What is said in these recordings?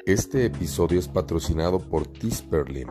Este episodio es patrocinado por Tisperlim.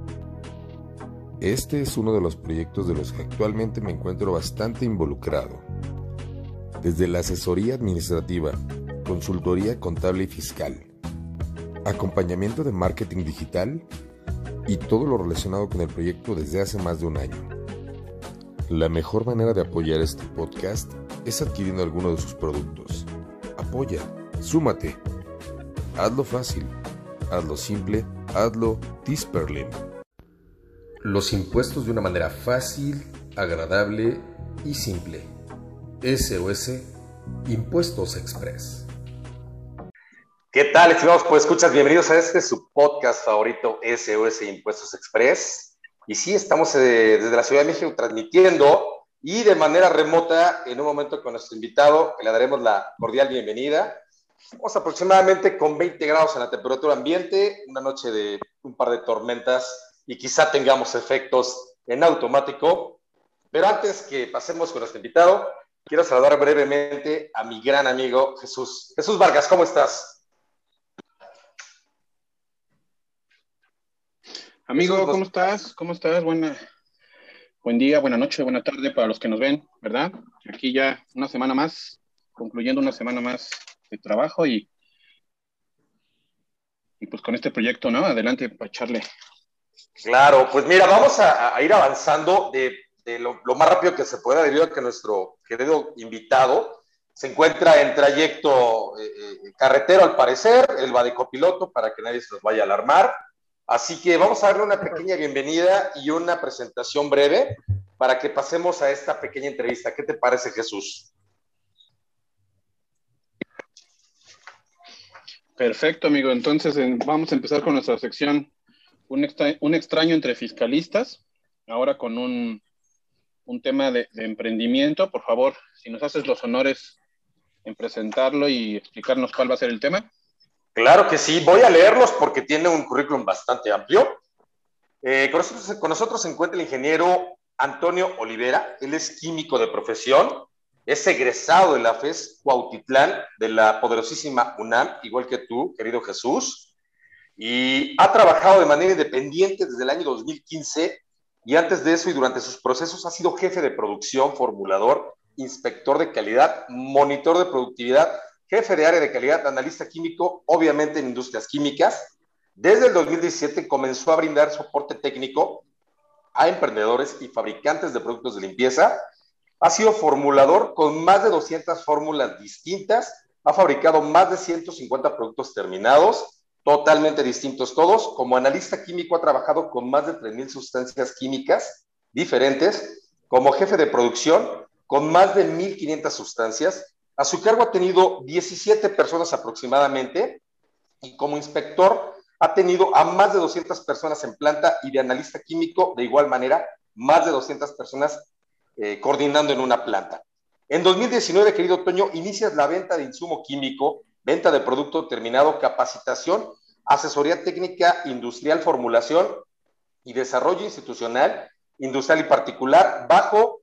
Este es uno de los proyectos de los que actualmente me encuentro bastante involucrado. Desde la asesoría administrativa, consultoría contable y fiscal, acompañamiento de marketing digital y todo lo relacionado con el proyecto desde hace más de un año. La mejor manera de apoyar este podcast es adquiriendo alguno de sus productos. Apoya, súmate. Hazlo fácil, hazlo simple, hazlo Tisperlim. Los impuestos de una manera fácil, agradable y simple. SOS Impuestos Express. ¿Qué tal, estimados escuchas? Bienvenidos a su podcast favorito, SOS Impuestos Express. Y sí, estamos desde la Ciudad de México transmitiendo y de manera remota en un momento con nuestro invitado, que le daremos la cordial bienvenida. Estamos aproximadamente con 20 grados en la temperatura ambiente, una noche de un par de tormentas y quizá tengamos efectos en automático. Pero antes que pasemos con nuestro invitado, quiero saludar brevemente a mi gran amigo Jesús. Jesús Vargas, ¿cómo estás? Amigo, Jesús, ¿cómo estás? ¿Cómo estás? Buen día, buena noche, buena tarde para los que nos ven, ¿verdad? Aquí ya una semana más, concluyendo una semana más de trabajo y pues con este proyecto, ¿no? Adelante para echarle. Claro, pues mira, vamos a ir avanzando de lo más rápido que se pueda, debido a que nuestro querido invitado se encuentra en trayecto carretero, al parecer. Él va de copiloto para que nadie se nos vaya a alarmar. Así que vamos a darle una pequeña bienvenida y una presentación breve para que pasemos a esta pequeña entrevista. ¿Qué te parece, Jesús? Perfecto, amigo. Entonces vamos a empezar con nuestra sección Un extraño entre fiscalistas, ahora con un tema de emprendimiento. Por favor, si nos haces los honores en presentarlo y explicarnos cuál va a ser el tema. Claro que sí, voy a leerlos porque tiene un currículum bastante amplio. Con nosotros se encuentra el ingeniero Antonio Olivera. Él es químico de profesión, es egresado de la FES Cuautitlán, de la poderosísima UNAM, igual que tú, querido Jesús, y ha trabajado de manera independiente desde el año 2015, y antes de eso y durante sus procesos ha sido jefe de producción, formulador, inspector de calidad, monitor de productividad, jefe de área de calidad, analista químico, obviamente en industrias químicas. Desde el 2017 comenzó a brindar soporte técnico a emprendedores y fabricantes de productos de limpieza. Ha sido formulador con más de 200 fórmulas distintas, ha fabricado más de 150 productos terminados, totalmente distintos todos. Como analista químico ha trabajado con más de 3,000 sustancias químicas diferentes. Como jefe de producción, con más de 1,500 sustancias. A su cargo ha tenido 17 personas aproximadamente, y como inspector ha tenido a más de 200 personas en planta, y de analista químico, de igual manera, más de 200 personas coordinando en una planta. En 2019, querido Toño, inicias la venta de insumo químico, venta de producto terminado, capacitación, asesoría técnica industrial, formulación y desarrollo institucional, industrial y particular, bajo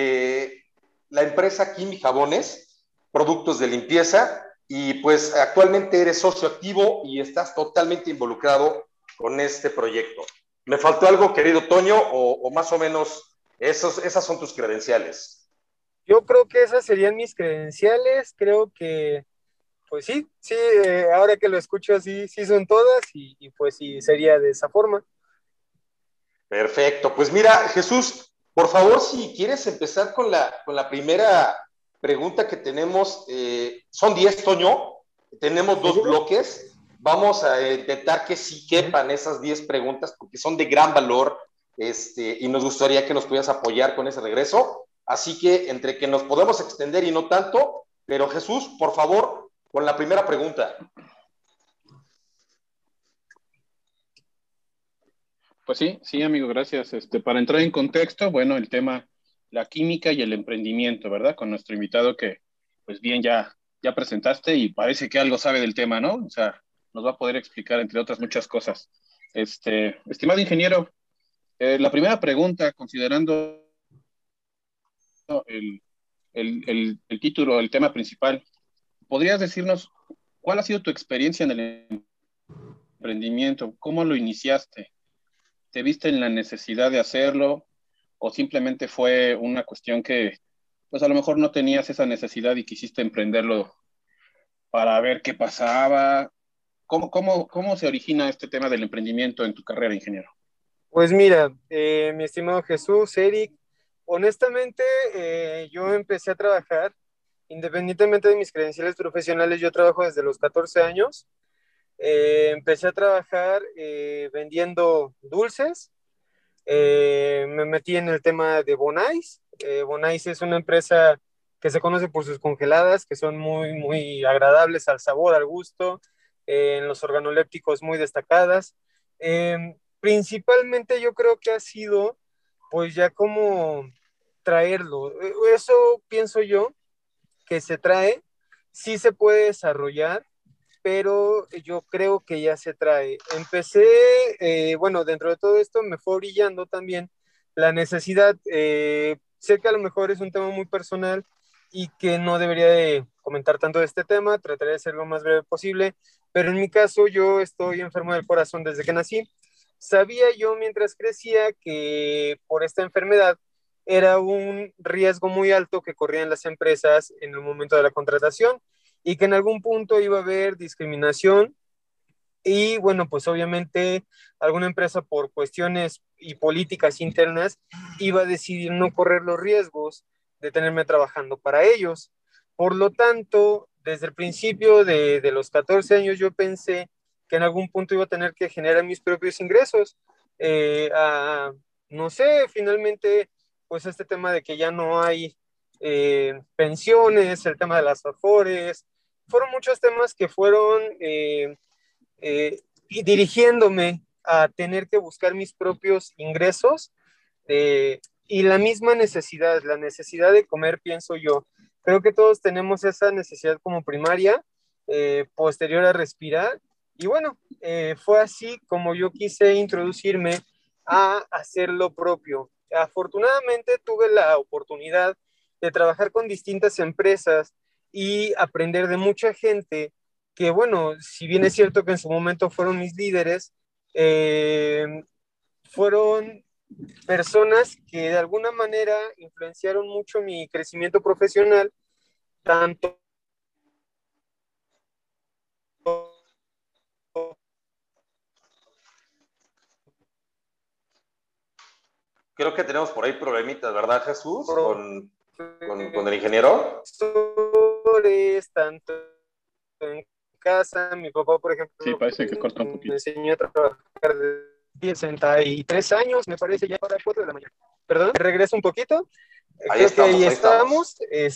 la empresa Quimi Jabones, productos de limpieza. Y pues actualmente eres socio activo y estás totalmente involucrado con este proyecto. ¿Me faltó algo, querido Toño, o más o menos esas son tus credenciales? Yo creo que esas serían mis credenciales. Creo que, pues sí, ahora que lo escucho así, sí son todas, y pues sí, sería de esa forma. Perfecto. Pues mira, Jesús, por favor, si quieres empezar con la primera pregunta que tenemos. Son 10, Toño. Tenemos 2 bloques. Vamos a intentar que sí quepan esas 10 preguntas, porque son de gran valor, y nos gustaría que nos pudieras apoyar con ese regreso. Así que entre que nos podemos extender y no tanto, pero Jesús, por favor, con la primera pregunta. Pues sí, amigo, gracias. Para entrar en contexto, bueno, el tema, la química y el emprendimiento, ¿verdad? Con nuestro invitado que, pues bien, ya presentaste y parece que algo sabe del tema, ¿no? O sea, nos va a poder explicar, entre otras muchas cosas. Estimado ingeniero, la primera pregunta, considerando el título, el tema principal, ¿podrías decirnos cuál ha sido tu experiencia en el emprendimiento, ¿cómo lo iniciaste? ¿Te viste en la necesidad de hacerlo o simplemente fue una cuestión que, pues a lo mejor no tenías esa necesidad y quisiste emprenderlo para ver qué pasaba? ¿Cómo se origina este tema del emprendimiento en tu carrera, ingeniero? Pues mira, mi estimado Jesús, Eric, honestamente yo empecé a trabajar, independientemente de mis credenciales profesionales, yo trabajo desde los 14 años. Empecé a trabajar vendiendo dulces. Me metí en el tema de Bonais. Bonais es una empresa que se conoce por sus congeladas, que son muy, muy agradables al sabor, al gusto, en los organolépticos muy destacadas. Principalmente yo creo que ha sido, pues ya como traerlo. Eso pienso yo que se trae, sí se puede desarrollar, pero yo creo que ya se trae. Empecé, bueno, dentro de todo esto me fue brillando también la necesidad. Sé que a lo mejor es un tema muy personal y que no debería de comentar tanto de este tema, trataré de ser lo más breve posible, pero en mi caso yo estoy enfermo del corazón desde que nací. Sabía yo mientras crecía que por esta enfermedad era un riesgo muy alto que corrían las empresas en el momento de la contratación y que en algún punto iba a haber discriminación y bueno, pues obviamente alguna empresa por cuestiones y políticas internas iba a decidir no correr los riesgos de tenerme trabajando para ellos. Por lo tanto, desde el principio de los 14 años yo pensé que en algún punto iba a tener que generar mis propios ingresos. No sé, finalmente, pues este tema de que ya no hay pensiones, el tema de las afores, fueron muchos temas que fueron y dirigiéndome a tener que buscar mis propios ingresos y la necesidad de comer, pienso yo. Creo que todos tenemos esa necesidad como primaria, posterior a respirar. Y bueno, fue así como yo quise introducirme a hacer lo propio. Afortunadamente tuve la oportunidad de trabajar con distintas empresas y aprender de mucha gente que bueno, si bien es cierto que en su momento fueron mis líderes, fueron personas que de alguna manera influenciaron mucho mi crecimiento profesional, tanto Creo que tenemos por ahí problemitas, ¿verdad, Jesús? Con el ingeniero. Tanto en casa, mi papá, por ejemplo, Sí, parece que corta un me poquito. enseñó a trabajar de 63 años, me parece, ya para 4 de la mañana. Perdón, regreso un poquito. Creo que ahí estamos.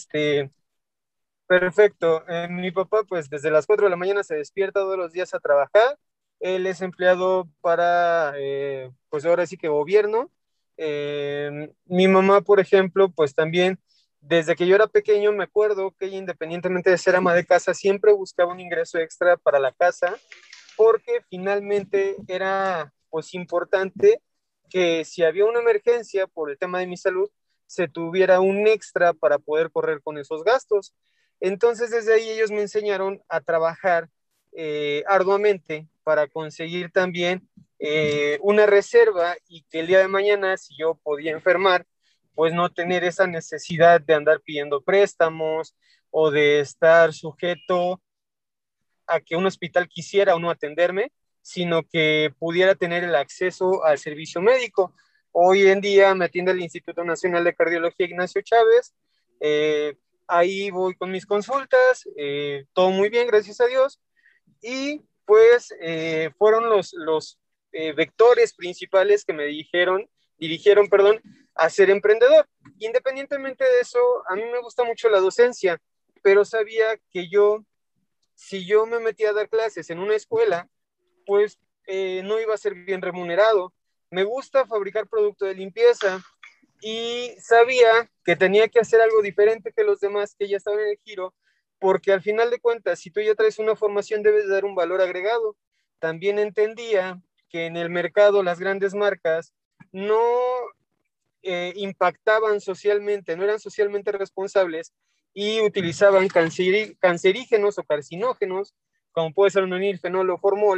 Perfecto. Mi papá, pues desde las 4 de la mañana se despierta todos los días a trabajar. Él es empleado para, pues ahora sí que gobierno. Mi mamá, por ejemplo, pues también, desde que yo era pequeño, me acuerdo que ella, independientemente de ser ama de casa, siempre buscaba un ingreso extra para la casa, porque finalmente era, pues, importante que si había una emergencia por el tema de mi salud, se tuviera un extra para poder correr con esos gastos. Entonces, desde ahí ellos me enseñaron a trabajar arduamente para conseguir también una reserva y que el día de mañana, si yo podía enfermar, pues no tener esa necesidad de andar pidiendo préstamos o de estar sujeto a que un hospital quisiera o no atenderme, sino que pudiera tener el acceso al servicio médico. Hoy en día me atiende el Instituto Nacional de Cardiología Ignacio Chávez. Ahí voy con mis consultas, todo muy bien, gracias a Dios. Y pues fueron los vectores principales que me dirigieron, perdón, a ser emprendedor. Independientemente de eso, a mí me gusta mucho la docencia, pero sabía que si yo me metía a dar clases en una escuela, pues no iba a ser bien remunerado. Me gusta fabricar producto de limpieza y sabía que tenía que hacer algo diferente que los demás que ya estaban en el giro, porque al final de cuentas, si tú ya traes una formación, debes dar un valor agregado. También entendía que en el mercado las grandes marcas no impactaban socialmente, no eran socialmente responsables y utilizaban cancerígenos o carcinógenos, como puede ser un nonilfenol o formol,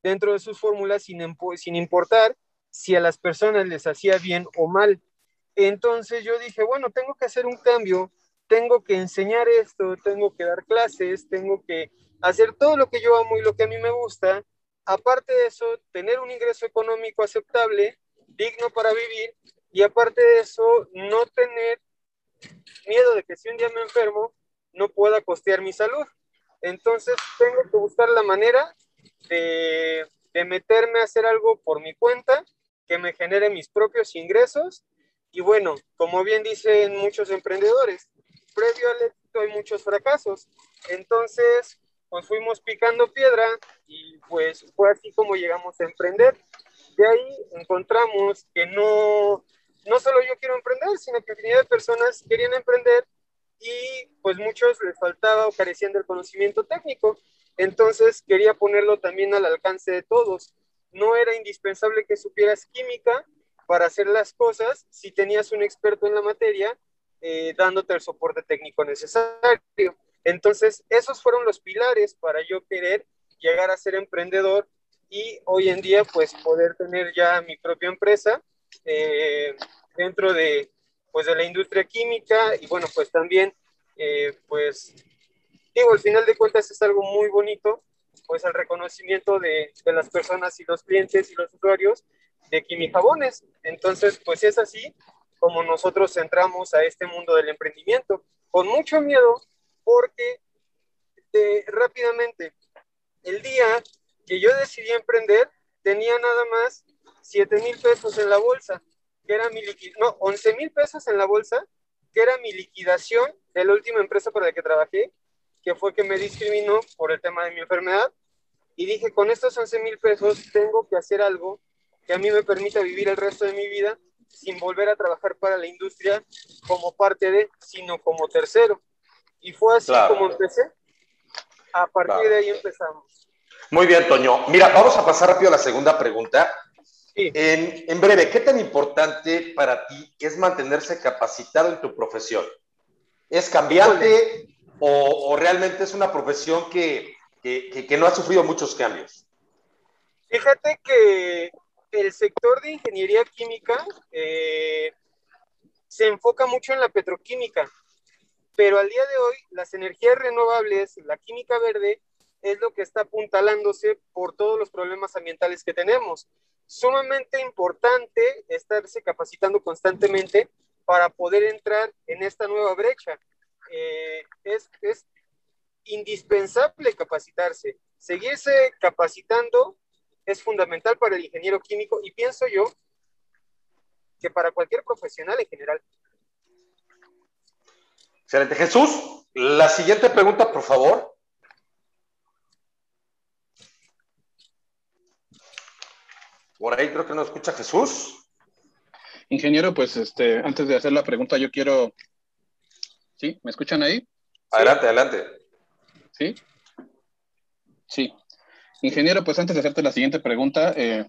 dentro de sus fórmulas sin importar si a las personas les hacía bien o mal. Entonces yo dije, bueno, tengo que hacer un cambio, tengo que enseñar esto, tengo que dar clases, tengo que hacer todo lo que yo amo y lo que a mí me gusta. Aparte de eso, tener un ingreso económico aceptable, digno para vivir, y aparte de eso, no tener miedo de que si un día me enfermo, no pueda costear mi salud. Entonces tengo que buscar la manera de meterme a hacer algo por mi cuenta, que me genere mis propios ingresos. Y bueno, como bien dicen muchos emprendedores, previo al éxito hay muchos fracasos. Entonces, pues fuimos picando piedra y pues fue así como llegamos a emprender. De ahí encontramos que no solo yo quiero emprender, sino que infinidad de personas querían emprender y pues muchos les faltaba o carecían del conocimiento técnico. Entonces quería ponerlo también al alcance de todos. No era indispensable que supieras química para hacer las cosas si tenías un experto en la materia dándote el soporte técnico necesario. Entonces esos fueron los pilares para yo querer llegar a ser emprendedor y hoy en día pues poder tener ya mi propia empresa dentro pues, de la industria química y bueno, pues también, pues digo, al final de cuentas es algo muy bonito, pues el reconocimiento de las personas y los clientes y los usuarios de Quimijabones. Entonces, pues es así como nosotros entramos a este mundo del emprendimiento, con mucho miedo, porque rápidamente, el día que yo decidí emprender, tenía nada más 7,000 pesos en la bolsa, que era mi liquidación, no, 11,000 pesos en la bolsa, que era mi liquidación de la última empresa para la que trabajé, que fue que me discriminó por el tema de mi enfermedad. Y dije, con estos 11,000 pesos tengo que hacer algo que a mí me permita vivir el resto de mi vida sin volver a trabajar para la industria como parte de, sino como tercero. Y fue así Claro, como empecé. A partir claro. de ahí empezamos. Muy bien, Toño. Mira, vamos a pasar rápido a la segunda pregunta. Sí. En breve, ¿qué tan importante para ti es mantenerse capacitado en tu profesión? ¿Es cambiante o realmente es una profesión que no ha sufrido muchos cambios? Fíjate que el sector de ingeniería química se enfoca mucho en la petroquímica, pero al día de hoy las energías renovables, la química verde, es lo que está apuntalándose por todos los problemas ambientales que tenemos. Sumamente importante estarse capacitando constantemente para poder entrar en esta nueva brecha. Es indispensable capacitarse. Seguirse capacitando es fundamental para el ingeniero químico y pienso yo que para cualquier profesional en general. Excelente. Jesús, la siguiente pregunta, por favor. Por ahí creo que no escucha Jesús. Ingeniero, pues antes de hacer la pregunta, yo quiero... ¿Sí? ¿Me escuchan ahí? Adelante, adelante. ¿Sí? Sí. Ingeniero, pues antes de hacerte la siguiente pregunta,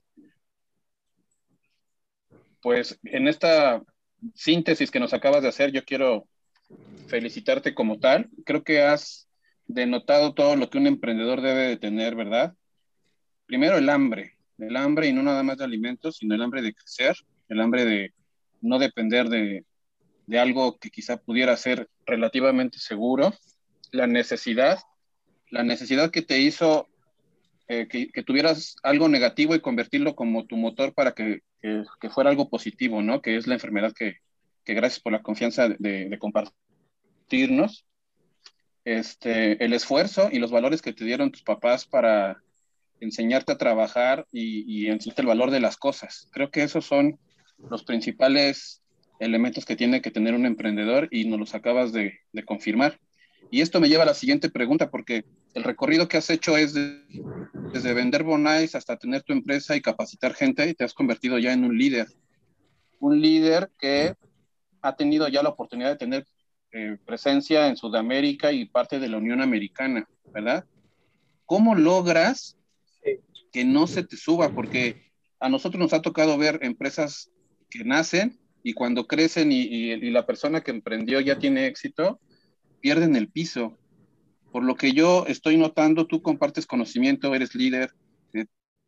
pues en esta síntesis que nos acabas de hacer, yo quiero felicitarte como tal. Creo que has denotado todo lo que un emprendedor debe de tener, ¿verdad? Primero el hambre y no nada más de alimentos, sino el hambre de crecer, el hambre de no depender de algo que quizá pudiera ser relativamente seguro, la necesidad que te hizo que tuvieras algo negativo y convertirlo como tu motor para que fuera algo positivo, ¿no? Que es la enfermedad que gracias por la confianza de compartirnos, el esfuerzo y los valores que te dieron tus papás para enseñarte a trabajar y enseñarte el valor de las cosas. Creo que esos son los principales elementos que tiene que tener un emprendedor y nos los acabas de confirmar. Y esto me lleva a la siguiente pregunta, porque el recorrido que has hecho es desde vender bonais hasta tener tu empresa y capacitar gente, y te has convertido ya en un líder que ha tenido ya la oportunidad de tener presencia en Sudamérica y parte de la Unión Americana, ¿verdad? ¿Cómo logras que no se te suba? Porque a nosotros nos ha tocado ver empresas que nacen y cuando crecen y la persona que emprendió ya tiene éxito, pierden el piso. Por lo que yo estoy notando, tú compartes conocimiento, eres líder,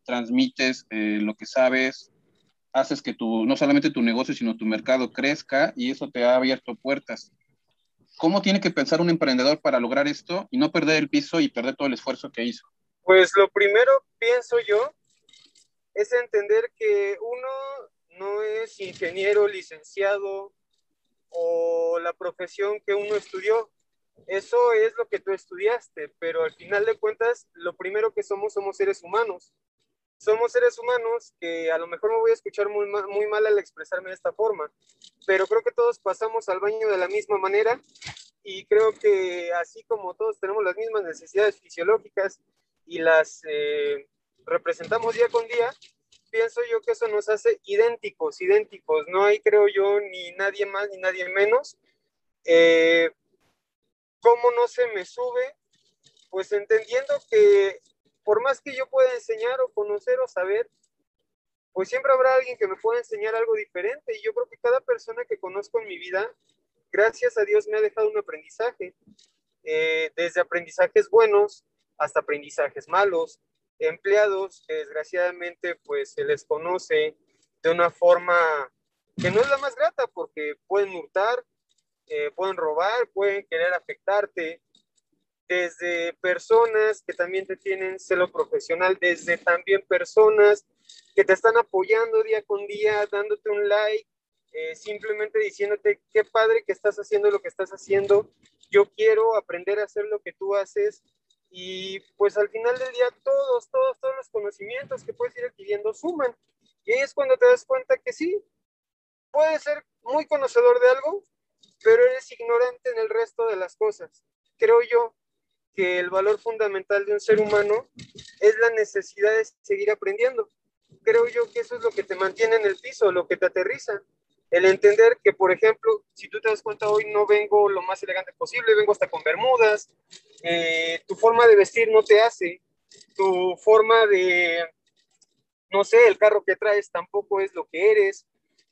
transmites lo que sabes, haces que no solamente tu negocio, sino tu mercado crezca y eso te ha abierto puertas. ¿Cómo tiene que pensar un emprendedor para lograr esto y no perder el piso y perder todo el esfuerzo que hizo? Pues lo primero, pienso yo, es entender que uno no es ingeniero, licenciado o la profesión que uno estudió. Eso es lo que tú estudiaste, pero al final de cuentas, lo primero que somos seres humanos. Somos seres humanos que a lo mejor me voy a escuchar muy mal al expresarme de esta forma, pero creo que todos pasamos al baño de la misma manera y creo que así como todos tenemos las mismas necesidades fisiológicas y las representamos día con día, pienso yo que eso nos hace idénticos, idénticos. No hay, creo yo, ni nadie más ni nadie menos. ¿Cómo no se me sube? Pues entendiendo que por más que yo pueda enseñar o conocer o saber, pues siempre habrá alguien que me pueda enseñar algo diferente. Y yo creo que cada persona que conozco en mi vida, gracias a Dios, me ha dejado un aprendizaje. Desde aprendizajes buenos hasta aprendizajes malos, empleados que desgraciadamente pues se les conoce de una forma que no es la más grata porque pueden hurtar, pueden robar, pueden querer afectarte, desde personas que también te tienen celo profesional, desde también personas que te están apoyando día con día, dándote un like, simplemente diciéndote qué padre que estás haciendo lo que estás haciendo, yo quiero aprender a hacer lo que tú haces y pues al final del día todos los conocimientos que puedes ir adquiriendo suman y ahí es cuando te das cuenta que sí, puedes ser muy conocedor de algo, pero eres ignorante en el resto de las cosas. Creo yo que el valor fundamental de un ser humano es la necesidad de seguir aprendiendo. Creo yo que eso es lo que te mantiene en el piso, lo que te aterriza. El entender que, por ejemplo, si tú te das cuenta, hoy no vengo lo más elegante posible, vengo hasta con bermudas, tu forma de vestir no te hace, tu forma de, no sé, el carro que traes tampoco es lo que eres,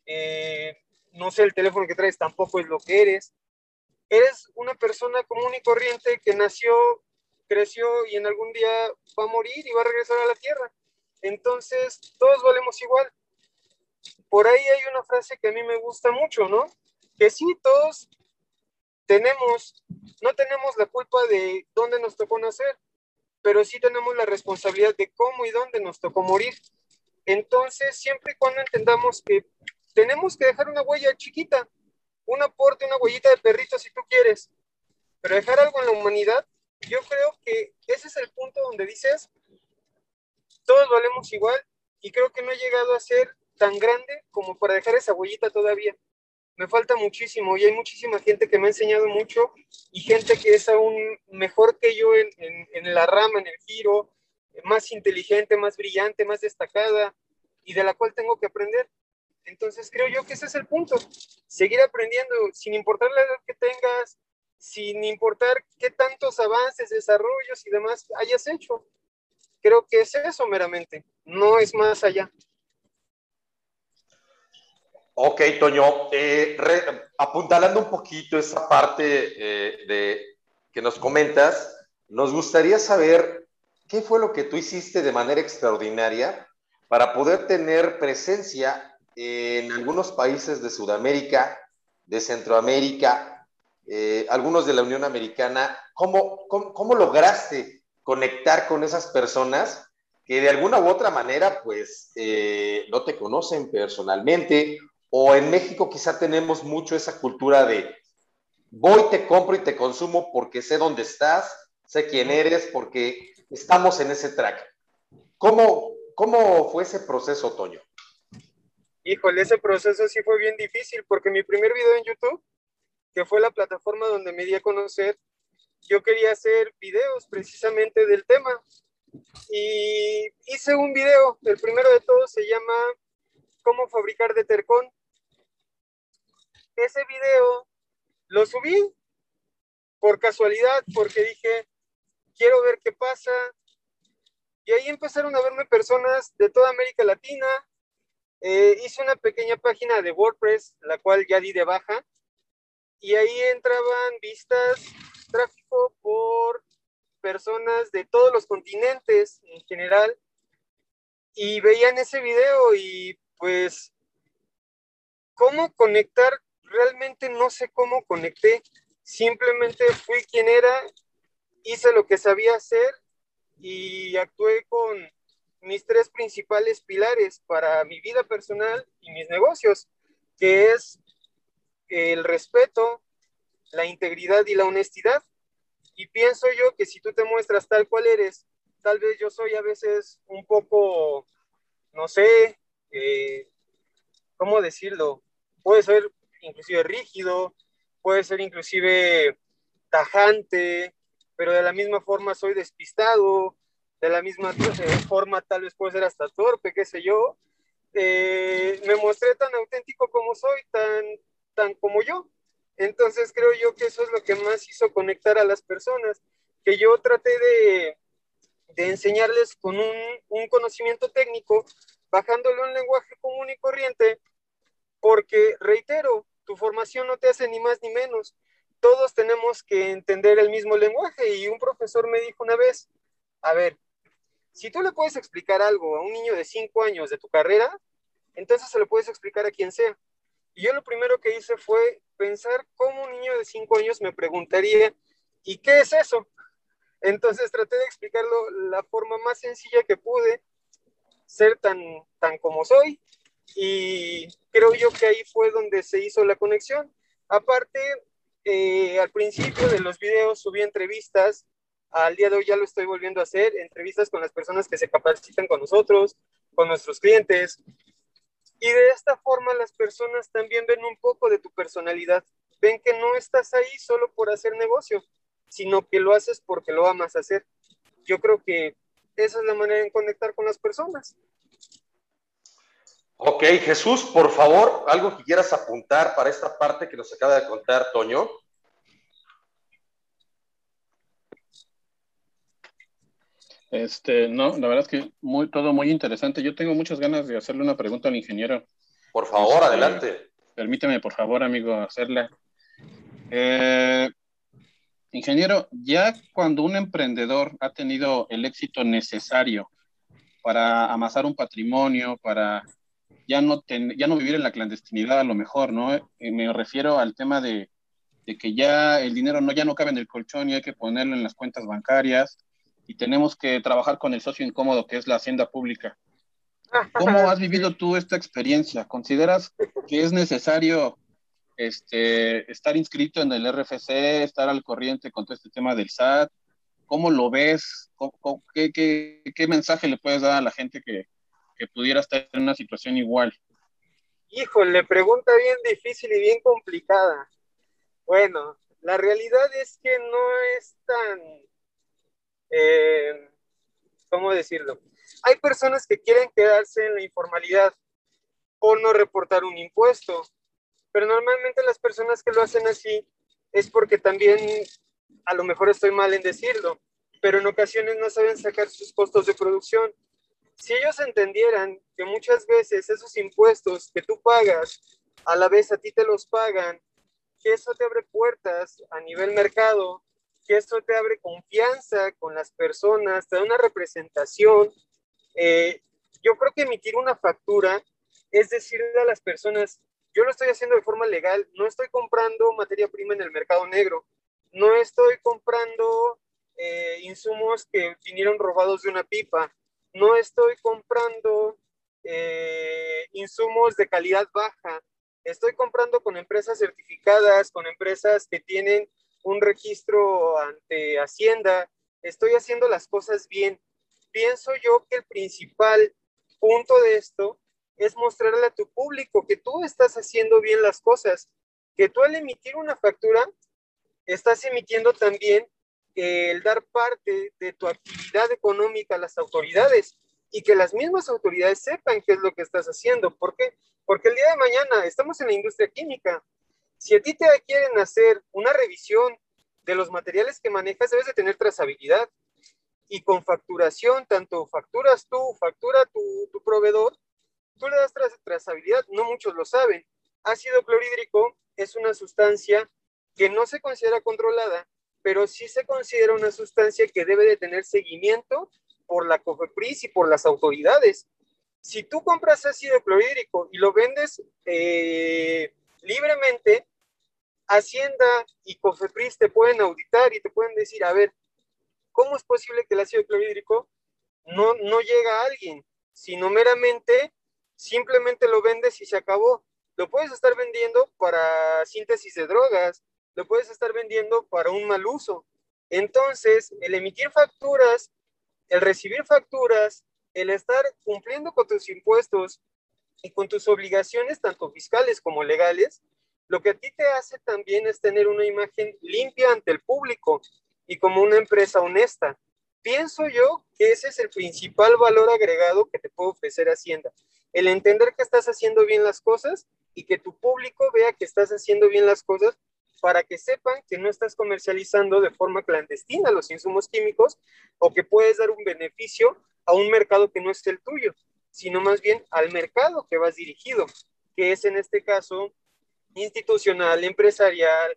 no sé, el teléfono que traes tampoco es lo que eres. Eres una persona común y corriente que nació, creció y en algún día va a morir y va a regresar a la tierra. Entonces, todos valemos igual. Por ahí hay una frase que a mí me gusta mucho, ¿no? Que sí, todos tenemos, no tenemos la culpa de dónde nos tocó nacer, pero sí tenemos la responsabilidad de cómo y dónde nos tocó morir. Entonces, siempre y cuando entendamos que tenemos que dejar una huella chiquita, un aporte, una huellita de perrito si tú quieres, pero dejar algo en la humanidad, yo creo que ese es el punto donde dices, todos valemos igual y creo que no he llegado a ser tan grande como para dejar esa huellita todavía. Me falta muchísimo y hay muchísima gente que me ha enseñado mucho y gente que es aún mejor que yo en la rama, en el giro, más inteligente, más brillante, más destacada y de la cual tengo que aprender. Entonces creo yo que ese es el punto, seguir aprendiendo sin importar la edad que tengas, sin importar qué tantos avances, desarrollos y demás hayas hecho. Creo que es eso meramente, no es más allá. Ok, Toño, apuntalando un poquito esa parte que nos comentas, nos gustaría saber qué fue lo que tú hiciste de manera extraordinaria para poder tener presencia en algunos países de Sudamérica, de Centroamérica, algunos de la Unión Americana. ¿Cómo lograste conectar con esas personas que de alguna u otra manera pues no te conocen personalmente? O en México quizá tenemos mucho esa cultura de voy, te compro y te consumo porque sé dónde estás, sé quién eres, porque estamos en ese track. ¿Cómo fue ese proceso, Toño? Híjole, ese proceso sí fue bien difícil porque mi primer video en YouTube, que fue la plataforma donde me di a conocer, yo quería hacer videos precisamente del tema y hice un video, el primero de todos se llama ¿Cómo fabricar detergón? Ese video lo subí por casualidad porque dije, quiero ver qué pasa. Y ahí empezaron a verme personas de toda América Latina. Hice una pequeña página de WordPress, la cual ya di de baja. Y ahí entraban vistas, tráfico por personas de todos los continentes en general. y veía en ese video y pues, ¿cómo conectar? Realmente no sé cómo conecté, simplemente fui quien era, hice lo que sabía hacer y actué con mis tres principales pilares para mi vida personal y mis negocios, que es el respeto, la integridad y la honestidad. Y pienso yo que si tú te muestras tal cual eres, tal vez yo soy a veces un poco, no sé, ¿cómo decirlo? Puede ser inclusive rígido, puede ser inclusive tajante, pero de la misma forma soy despistado, de la misma forma tal vez puede ser hasta torpe, qué sé yo. Me mostré tan auténtico como soy, tan como yo. Entonces creo yo que eso es lo que más hizo conectar a las personas, que yo traté de enseñarles con un conocimiento técnico, bajándole un lenguaje común y corriente, porque, reitero, tu formación no te hace ni más ni menos. Todos tenemos que entender el mismo lenguaje y un profesor me dijo una vez, a ver, si tú le puedes explicar algo a un niño de 5 años de tu carrera, entonces se lo puedes explicar a quien sea. Y yo lo primero que hice fue pensar cómo un niño de 5 años me preguntaría, ¿y qué es eso? Entonces traté de explicarlo la forma más sencilla que pude, ser tan como soy, y creo yo que ahí fue donde se hizo la conexión. Aparte, al principio de los videos subí entrevistas, al día de hoy ya lo estoy volviendo a hacer, entrevistas con las personas que se capacitan con nosotros, con nuestros clientes, y de esta forma las personas también ven un poco de tu personalidad, ven que no estás ahí solo por hacer negocio, sino que lo haces porque lo amas hacer. Yo creo que esa es la manera de conectar con las personas. Ok, Jesús, por favor, algo que quieras apuntar para esta parte que nos acaba de contar Toño. No, la verdad es que todo muy interesante. Yo tengo muchas ganas de hacerle una pregunta al ingeniero. Por favor, adelante. Permíteme, por favor, amigo, hacerla. Ingeniero, ya cuando un emprendedor ha tenido el éxito necesario para amasar un patrimonio, para ya no vivir en la clandestinidad a lo mejor, ¿no? Me refiero al tema de que ya el dinero ya no cabe en el colchón y hay que ponerlo en las cuentas bancarias y tenemos que trabajar con el socio incómodo que es la hacienda pública. ¿Cómo has vivido tú esta experiencia? ¿Consideras que es necesario estar inscrito en el RFC, estar al corriente con todo este tema del SAT? ¿Cómo lo ves? ¿Qué mensaje le puedes dar a la gente que pudiera estar en una situación igual? Híjole, pregunta bien difícil y bien complicada. Bueno, la realidad es que no es tan, ¿cómo decirlo? Hay personas que quieren quedarse en la informalidad por no reportar un impuesto, pero normalmente las personas que lo hacen así es porque también, a lo mejor estoy mal en decirlo, pero en ocasiones no saben sacar sus costos de producción. Si ellos entendieran que muchas veces esos impuestos que tú pagas, a la vez a ti te los pagan, que eso te abre puertas a nivel mercado, que eso te abre confianza con las personas, te da una representación. Eh, yo creo que emitir una factura es decirle a las personas, yo lo estoy haciendo de forma legal, no estoy comprando materia prima en el mercado negro, no estoy comprando insumos que vinieron robados de una pipa, no estoy comprando insumos de calidad baja, estoy comprando con empresas certificadas, con empresas que tienen un registro ante Hacienda, estoy haciendo las cosas bien. Pienso yo que el principal punto de esto es mostrarle a tu público que tú estás haciendo bien las cosas, que tú al emitir una factura estás emitiendo también el dar parte de tu actividad económica a las autoridades y que las mismas autoridades sepan qué es lo que estás haciendo. ¿Por qué? Porque el día de mañana estamos en la industria química. Si a ti te quieren hacer una revisión de los materiales que manejas, debes de tener trazabilidad. Y con facturación, tanto facturas tú, factura tu proveedor, tú le das trazabilidad, no muchos lo saben. Ácido clorhídrico es una sustancia que no se considera controlada, pero sí se considera una sustancia que debe de tener seguimiento por la COFEPRIS y por las autoridades. Si tú compras ácido clorhídrico y lo vendes libremente, Hacienda y Cofepris te pueden auditar y te pueden decir, a ver, ¿cómo es posible que el ácido clorhídrico no llega a alguien, sino meramente simplemente lo vendes y se acabó? Lo puedes estar vendiendo para síntesis de drogas, lo puedes estar vendiendo para un mal uso. Entonces, el emitir facturas, el recibir facturas, el estar cumpliendo con tus impuestos y con tus obligaciones, tanto fiscales como legales, lo que a ti te hace también es tener una imagen limpia ante el público y como una empresa honesta. Pienso yo que ese es el principal valor agregado que te puede ofrecer Hacienda. El entender que estás haciendo bien las cosas y que tu público vea que estás haciendo bien las cosas para que sepan que no estás comercializando de forma clandestina los insumos químicos o que puedes dar un beneficio a un mercado que no es el tuyo, sino más bien al mercado que vas dirigido, que es en este caso institucional, empresarial,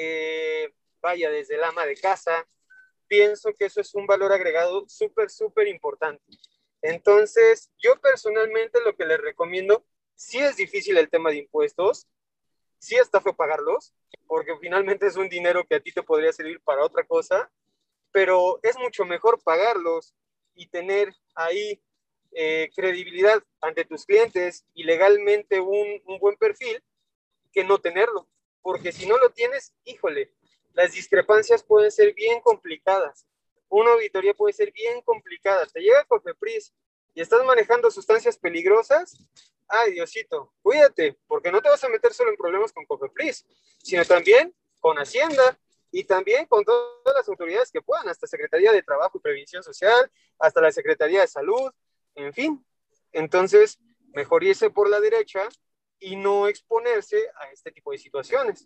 vaya, desde el ama de casa. Pienso que eso es un valor agregado súper importante. Entonces, yo personalmente lo que les recomiendo, sí es difícil el tema de impuestos, sí está feo pagarlos, porque finalmente es un dinero que a ti te podría servir para otra cosa, pero es mucho mejor pagarlos y tener ahí credibilidad ante tus clientes y legalmente un buen perfil que no tenerlo, porque si no lo tienes, híjole, las discrepancias pueden ser bien complicadas, una auditoría puede ser bien complicada, te llega Cofepris y estás manejando sustancias peligrosas, ay Diosito, cuídate, porque no te vas a meter solo en problemas con Cofepris, sino también con Hacienda y también con todas las autoridades que puedan, hasta Secretaría de Trabajo y Previsión Social, hasta la Secretaría de Salud, en fin. Entonces, mejor irse por la derecha y no exponerse a este tipo de situaciones.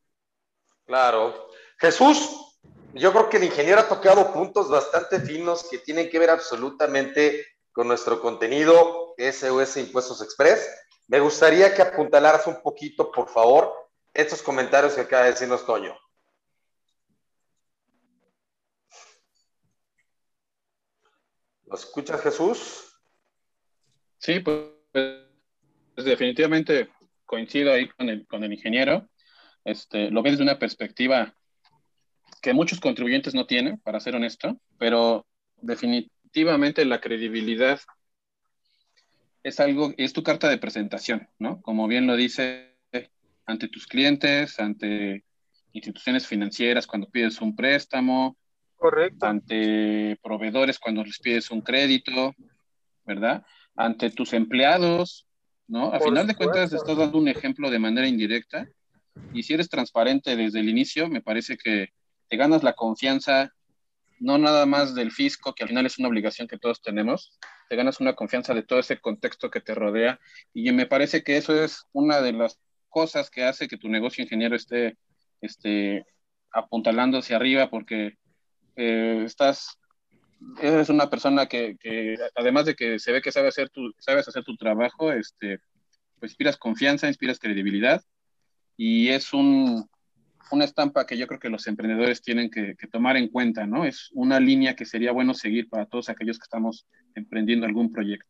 Claro. Jesús, yo creo que el ingeniero ha tocado puntos bastante finos que tienen que ver absolutamente con nuestro contenido SOS Impuestos Express. Me gustaría que apuntalaras un poquito, por favor, estos comentarios que acaba de decirnos Toño. ¿Lo escuchas, Jesús? Sí, pues definitivamente coincido ahí con el ingeniero. Lo ve desde una perspectiva que muchos contribuyentes no tienen, para ser honesto, pero definitivamente la credibilidad es tu carta de presentación, ¿no? Como bien lo dice, ante tus clientes, ante instituciones financieras cuando pides un préstamo, Correcto. ante proveedores cuando les pides un crédito, ¿verdad? Ante tus empleados, ¿no? A Por final de cuentas, supuesto. estás dando un ejemplo de manera indirecta y si eres transparente desde el inicio, me parece que te ganas la confianza, no nada más del fisco, que al final es una obligación que todos tenemos, te ganas una confianza de todo ese contexto que te rodea y me parece que eso es una de las cosas que hace que tu negocio ingeniero esté apuntalando hacia arriba porque estás eres una persona que, además de que se ve que sabes hacer tu trabajo, pues inspiras confianza, inspiras credibilidad y es una estampa que yo creo que los emprendedores tienen que tomar en cuenta, ¿no? Es una línea que sería bueno seguir para todos aquellos que estamos emprendiendo algún proyecto.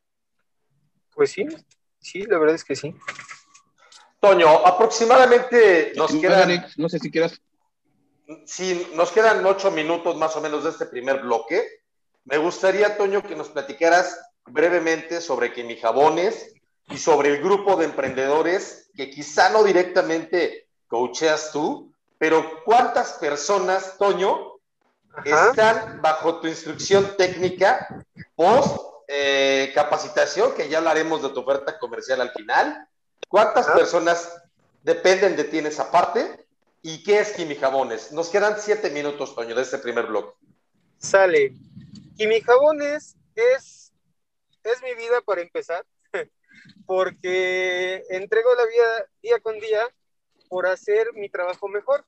Pues sí, sí, la verdad es que sí. Toño, aproximadamente nos quedan... Alex, no sé si quieras... Sí, nos quedan 8 minutos más o menos de este primer bloque. Me gustaría, Toño, que nos platicaras brevemente sobre Quimijabones y sobre el grupo de emprendedores que quizá no directamente coacheas tú, pero ¿cuántas personas, Toño, están bajo tu instrucción técnica post capacitación, que ya hablaremos de tu oferta comercial al final? ¿Cuántas personas dependen de ti en esa parte? ¿Y qué es Quimijabones? Nos quedan 7 minutos, Toño, de este primer bloque. Sale. Quimijabones es mi vida para empezar, porque entrego la vida día con día por hacer mi trabajo mejor.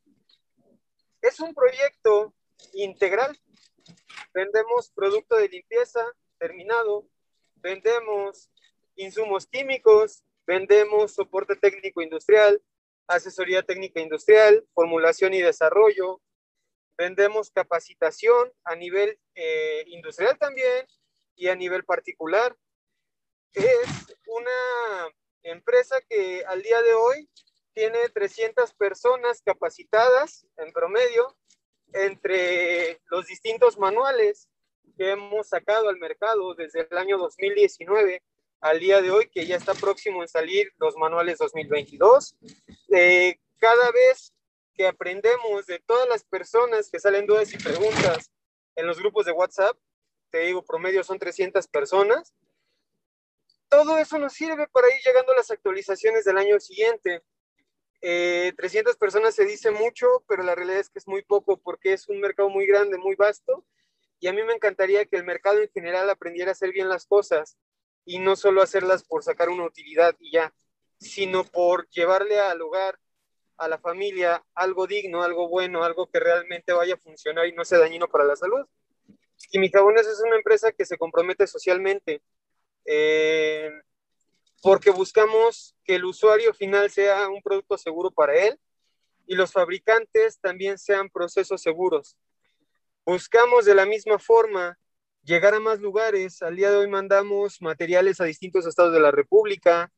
Es un proyecto integral. Vendemos producto de limpieza terminado, vendemos insumos químicos, vendemos soporte técnico industrial, asesoría técnica industrial, formulación y desarrollo, vendemos capacitación a nivel industrial también y a nivel particular. es una empresa que al día de hoy tiene 300 personas capacitadas en promedio entre los distintos manuales que hemos sacado al mercado desde el año 2019 al día de hoy, que ya está próximo en salir los manuales 2022. Cada vez que aprendemos de todas las personas que salen dudas y preguntas en los grupos de WhatsApp, te digo, promedio son 300 personas, todo eso nos sirve para ir llegando a las actualizaciones del año siguiente. 300 personas se dice mucho, pero la realidad es que es muy poco porque es un mercado muy grande, muy vasto, y a mí me encantaría que el mercado en general aprendiera a hacer bien las cosas y no solo hacerlas por sacar una utilidad y ya, sino por llevarle al hogar, a la familia, algo digno, algo bueno, algo que realmente vaya a funcionar y no sea dañino para la salud. Quimijabones es una empresa que se compromete socialmente, eh, porque buscamos que el usuario final sea un producto seguro para él y los fabricantes también sean procesos seguros. Buscamos de la misma forma llegar a más lugares. Al día de hoy mandamos materiales a distintos estados de la República.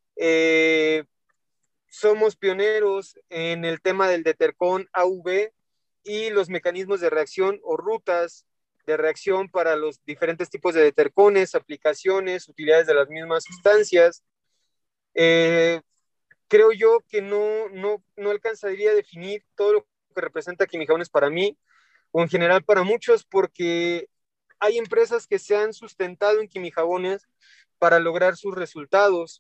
Somos pioneros en el tema del Detercon AV y los mecanismos de reacción o rutas de reacción para los diferentes tipos de detercones, aplicaciones, utilidades de las mismas sustancias. Creo yo que no alcanzaría a definir todo lo que representa Quimijabones para mí, o en general para muchos, porque hay empresas que se han sustentado en Quimijabones para lograr sus resultados.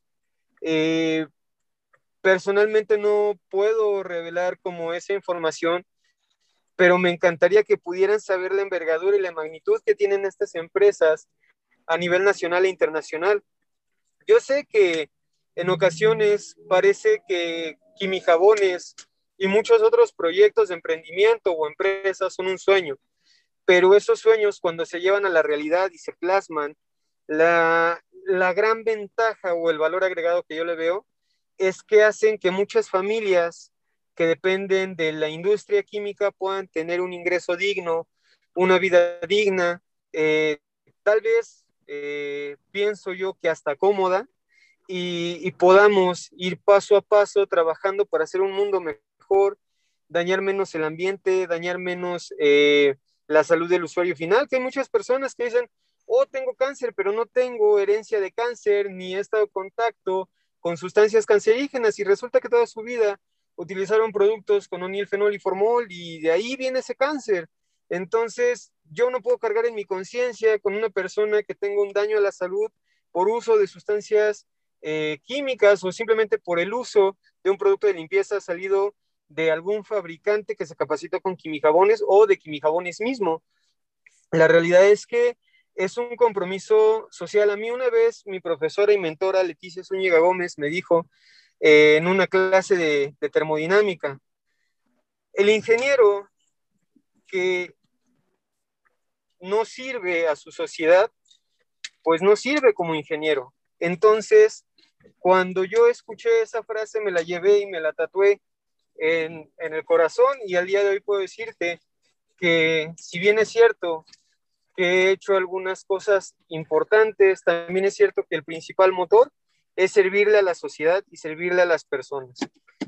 Personalmente no puedo revelar como esa información, pero me encantaría que pudieran saber la envergadura y la magnitud que tienen estas empresas a nivel nacional e internacional. Yo sé que en ocasiones parece que Quimijabones y muchos otros proyectos de emprendimiento o empresas son un sueño, pero esos sueños cuando se llevan a la realidad y se plasman, la gran ventaja o el valor agregado que yo le veo es que hacen que muchas familias que dependen de la industria química puedan tener un ingreso digno, una vida digna, tal vez pienso yo que hasta cómoda, y podamos ir paso a paso trabajando para hacer un mundo mejor, dañar menos el ambiente, dañar menos la salud del usuario final, que hay muchas personas que dicen, oh, tengo cáncer, pero no tengo herencia de cáncer, ni he estado en contacto con sustancias cancerígenas, y resulta que toda su vida utilizaron productos con onilfenol y formol, y de ahí viene ese cáncer. Entonces, yo no puedo cargar en mi conciencia con una persona que tenga un daño a la salud por uso de sustancias químicas o simplemente por el uso de un producto de limpieza salido de algún fabricante que se capacitó con Quimijabones o de Quimijabones mismo. La realidad es que es un compromiso social. A mí una vez mi profesora y mentora Leticia Zúñiga Gómez me dijo en una clase de termodinámica, el ingeniero que no sirve a su sociedad, pues no sirve como ingeniero. Entonces, cuando yo escuché esa frase, me la llevé y me la tatué en el corazón, y al día de hoy puedo decirte que si bien es cierto que he hecho algunas cosas importantes, también es cierto que el principal motor es servirle a la sociedad y servirle a las personas.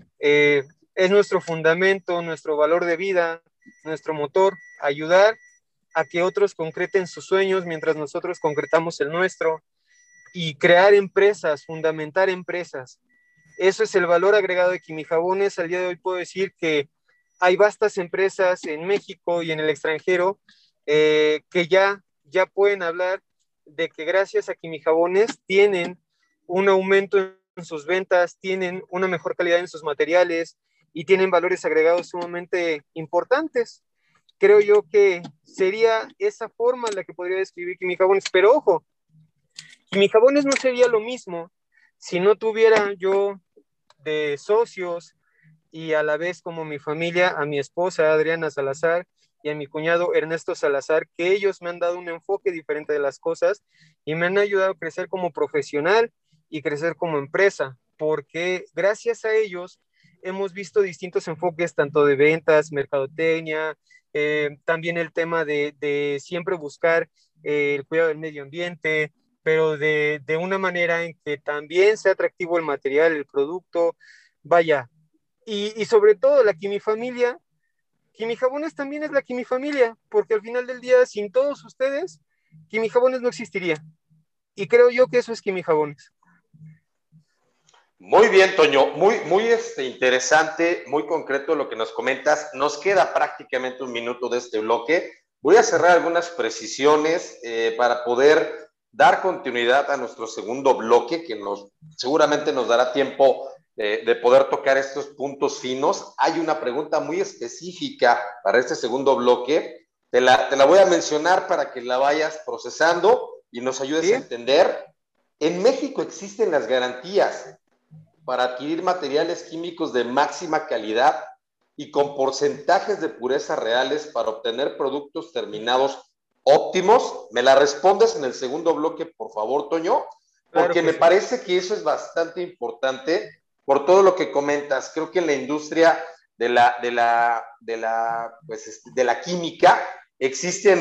Es nuestro fundamento, nuestro valor de vida, nuestro motor, ayudar a que otros concreten sus sueños mientras nosotros concretamos el nuestro, y crear empresas, fundamentar empresas. Eso es el valor agregado de Quimijabones. Al día de hoy puedo decir que hay vastas empresas en México y en el extranjero que ya pueden hablar de que gracias a Quimijabones tienen un aumento en sus ventas, tienen una mejor calidad en sus materiales y tienen valores agregados sumamente importantes. Creo yo que sería esa forma en la que podría describir Quimijabones. Pero ojo, Quimijabones no sería lo mismo si no tuviera yo de socios y a la vez como mi familia, a mi esposa Adriana Salazar y a mi cuñado Ernesto Salazar, que ellos me han dado un enfoque diferente de las cosas y me han ayudado a crecer como profesional y crecer como empresa, porque gracias a ellos hemos visto distintos enfoques, tanto de ventas, mercadotecnia, también el tema de siempre buscar el cuidado del medio ambiente, pero de una manera en que también sea atractivo el material, el producto, vaya. Y sobre todo la quimifamilia, Quimijabones también es la quimifamilia, porque al final del día, sin todos ustedes, Quimijabones no existiría. Y creo yo que eso es Quimijabones. Muy bien, Toño, muy interesante, muy concreto lo que nos comentas. Nos queda prácticamente un minuto de este bloque. Voy a cerrar algunas precisiones para poder dar continuidad a nuestro segundo bloque, que seguramente nos dará tiempo de poder tocar estos puntos finos. Hay una pregunta muy específica para este segundo bloque. Te la voy a mencionar para que la vayas procesando y nos ayudes ¿Sí? a entender. En México existen las garantías para adquirir materiales químicos de máxima calidad y con porcentajes de pureza reales para obtener productos terminados óptimos. ¿Me la respondes en el segundo bloque, por favor, Toño? Claro Porque que me sí. parece que eso es bastante importante por todo lo que comentas. Creo que en la industria de la química existen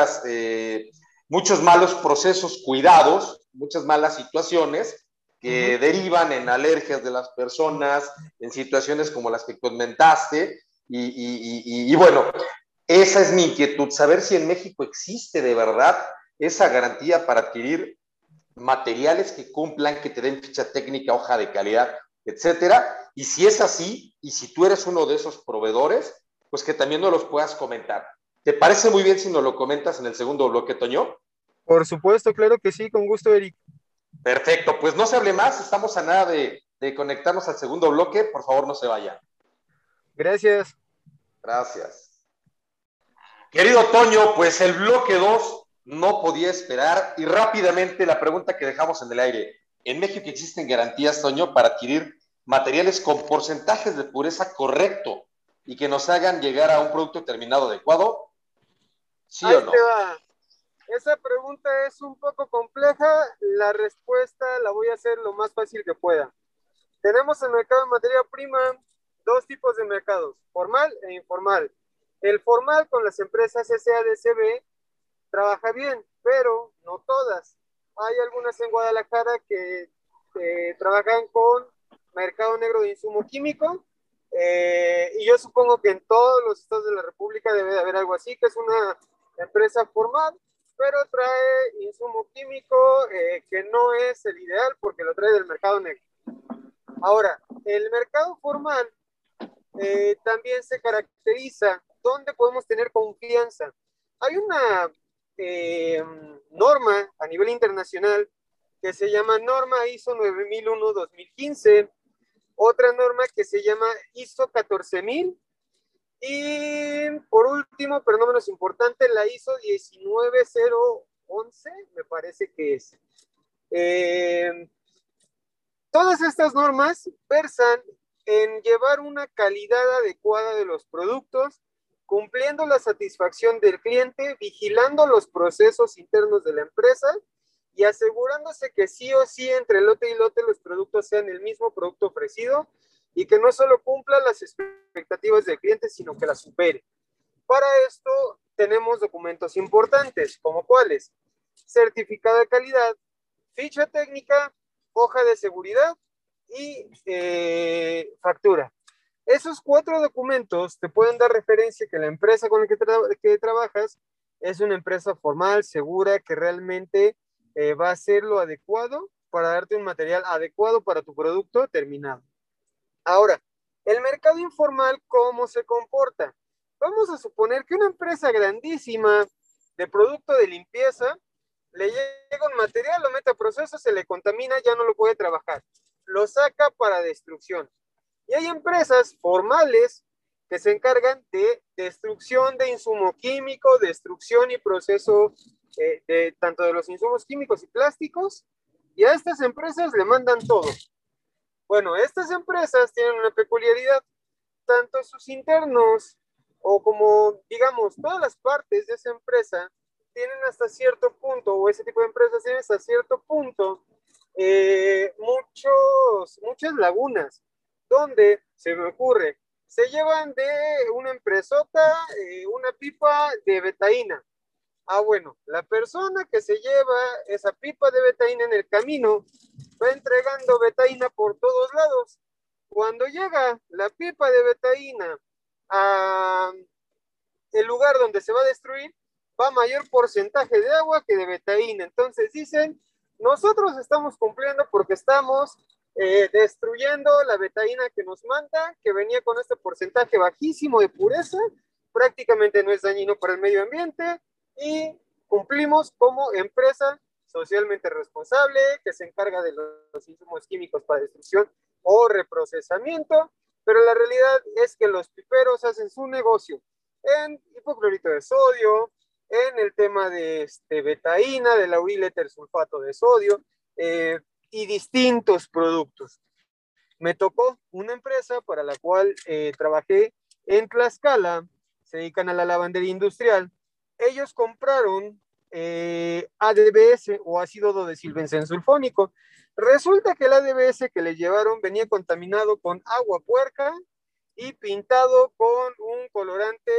muchos malos procesos cuidados, muchas malas situaciones que derivan en alergias de las personas, en situaciones como las que comentaste, y bueno, esa es mi inquietud, saber si en México existe de verdad esa garantía para adquirir materiales que cumplan, que te den ficha técnica, hoja de calidad, etcétera, y si es así, y si tú eres uno de esos proveedores, pues que también nos los puedas comentar. ¿Te parece muy bien si nos lo comentas en el segundo bloque, Toño? Por supuesto, claro que sí, con gusto, Eric. Perfecto, pues no se hable más, estamos a nada de conectarnos al segundo bloque, por favor no se vayan. Gracias. Gracias. Querido Toño, pues el bloque 2 no podía esperar y rápidamente la pregunta que dejamos en el aire. ¿En México existen garantías, Toño, para adquirir materiales con porcentajes de pureza correcto y que nos hagan llegar a un producto terminado adecuado? ¿Sí o Ahí te no? va. Esa pregunta es un poco compleja. La respuesta la voy a hacer lo más fácil que pueda. Tenemos en el mercado de materia prima dos tipos de mercados, formal e informal. El formal con las empresas SADCB trabaja bien, pero no todas. Hay algunas en Guadalajara que trabajan con mercado negro de insumo químico, y yo supongo que en todos los estados de la República debe de haber algo así, que es una empresa formal, pero trae insumo químico que no es el ideal porque lo trae del mercado negro. Ahora, el mercado formal también se caracteriza donde podemos tener confianza. Hay una norma a nivel internacional que se llama norma ISO 9001-2015, otra norma que se llama ISO 14000 y por último, pero no menos importante, la ISO 19011, me parece que es. Todas estas normas versan en llevar una calidad adecuada de los productos, cumpliendo la satisfacción del cliente, vigilando los procesos internos de la empresa y asegurándose que sí o sí entre lote y lote los productos sean el mismo producto ofrecido y que no solo cumpla las expectativas del cliente, sino que las supere. Para esto tenemos documentos importantes, como cuáles: certificado de calidad, ficha técnica, hoja de seguridad y factura. Esos 4 documentos te pueden dar referencia que la empresa con la que trabajas es una empresa formal, segura, que realmente va a hacer lo adecuado para darte un material adecuado para tu producto terminado. Ahora, el mercado informal, ¿cómo se comporta? Vamos a suponer que una empresa grandísima de producto de limpieza le llega un material, lo mete a proceso, se le contamina, ya no lo puede trabajar, lo saca para destrucción. Y hay empresas formales que se encargan de destrucción de insumo químico, destrucción y proceso tanto de los insumos químicos y plásticos, y a estas empresas le mandan todo. Bueno, estas empresas tienen una peculiaridad, tanto sus internos o como, digamos, todas las partes de esa empresa tienen hasta cierto punto, o ese tipo de empresas tienen hasta cierto punto, muchas lagunas, donde se me ocurre, se llevan de una empresota una pipa de betaína, Ah, bueno, la persona que se lleva esa pipa de betaína en el camino va entregando betaína por todos lados. Cuando llega la pipa de betaína a el lugar donde se va a destruir, va mayor porcentaje de agua que de betaína. Entonces dicen, nosotros estamos cumpliendo porque estamos destruyendo la betaína que nos manda, que venía con este porcentaje bajísimo de pureza, prácticamente no es dañino para el medio ambiente y cumplimos como empresa socialmente responsable que se encarga de los insumos químicos para destrucción o reprocesamiento, pero la realidad es que los piperos hacen su negocio en hipoclorito de sodio, en el tema de betaína, de lauriletersulfato de sodio y distintos productos. Me tocó una empresa para la cual trabajé en Tlaxcala, se dedican a la lavandería industrial. Ellos compraron ADBS o ácido dodesilbenzensulfónico. Resulta que el ADBS que les llevaron venía contaminado con agua puerca y pintado con un colorante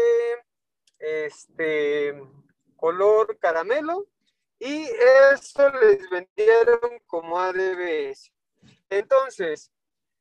color caramelo y eso les vendieron como ADBS. Entonces,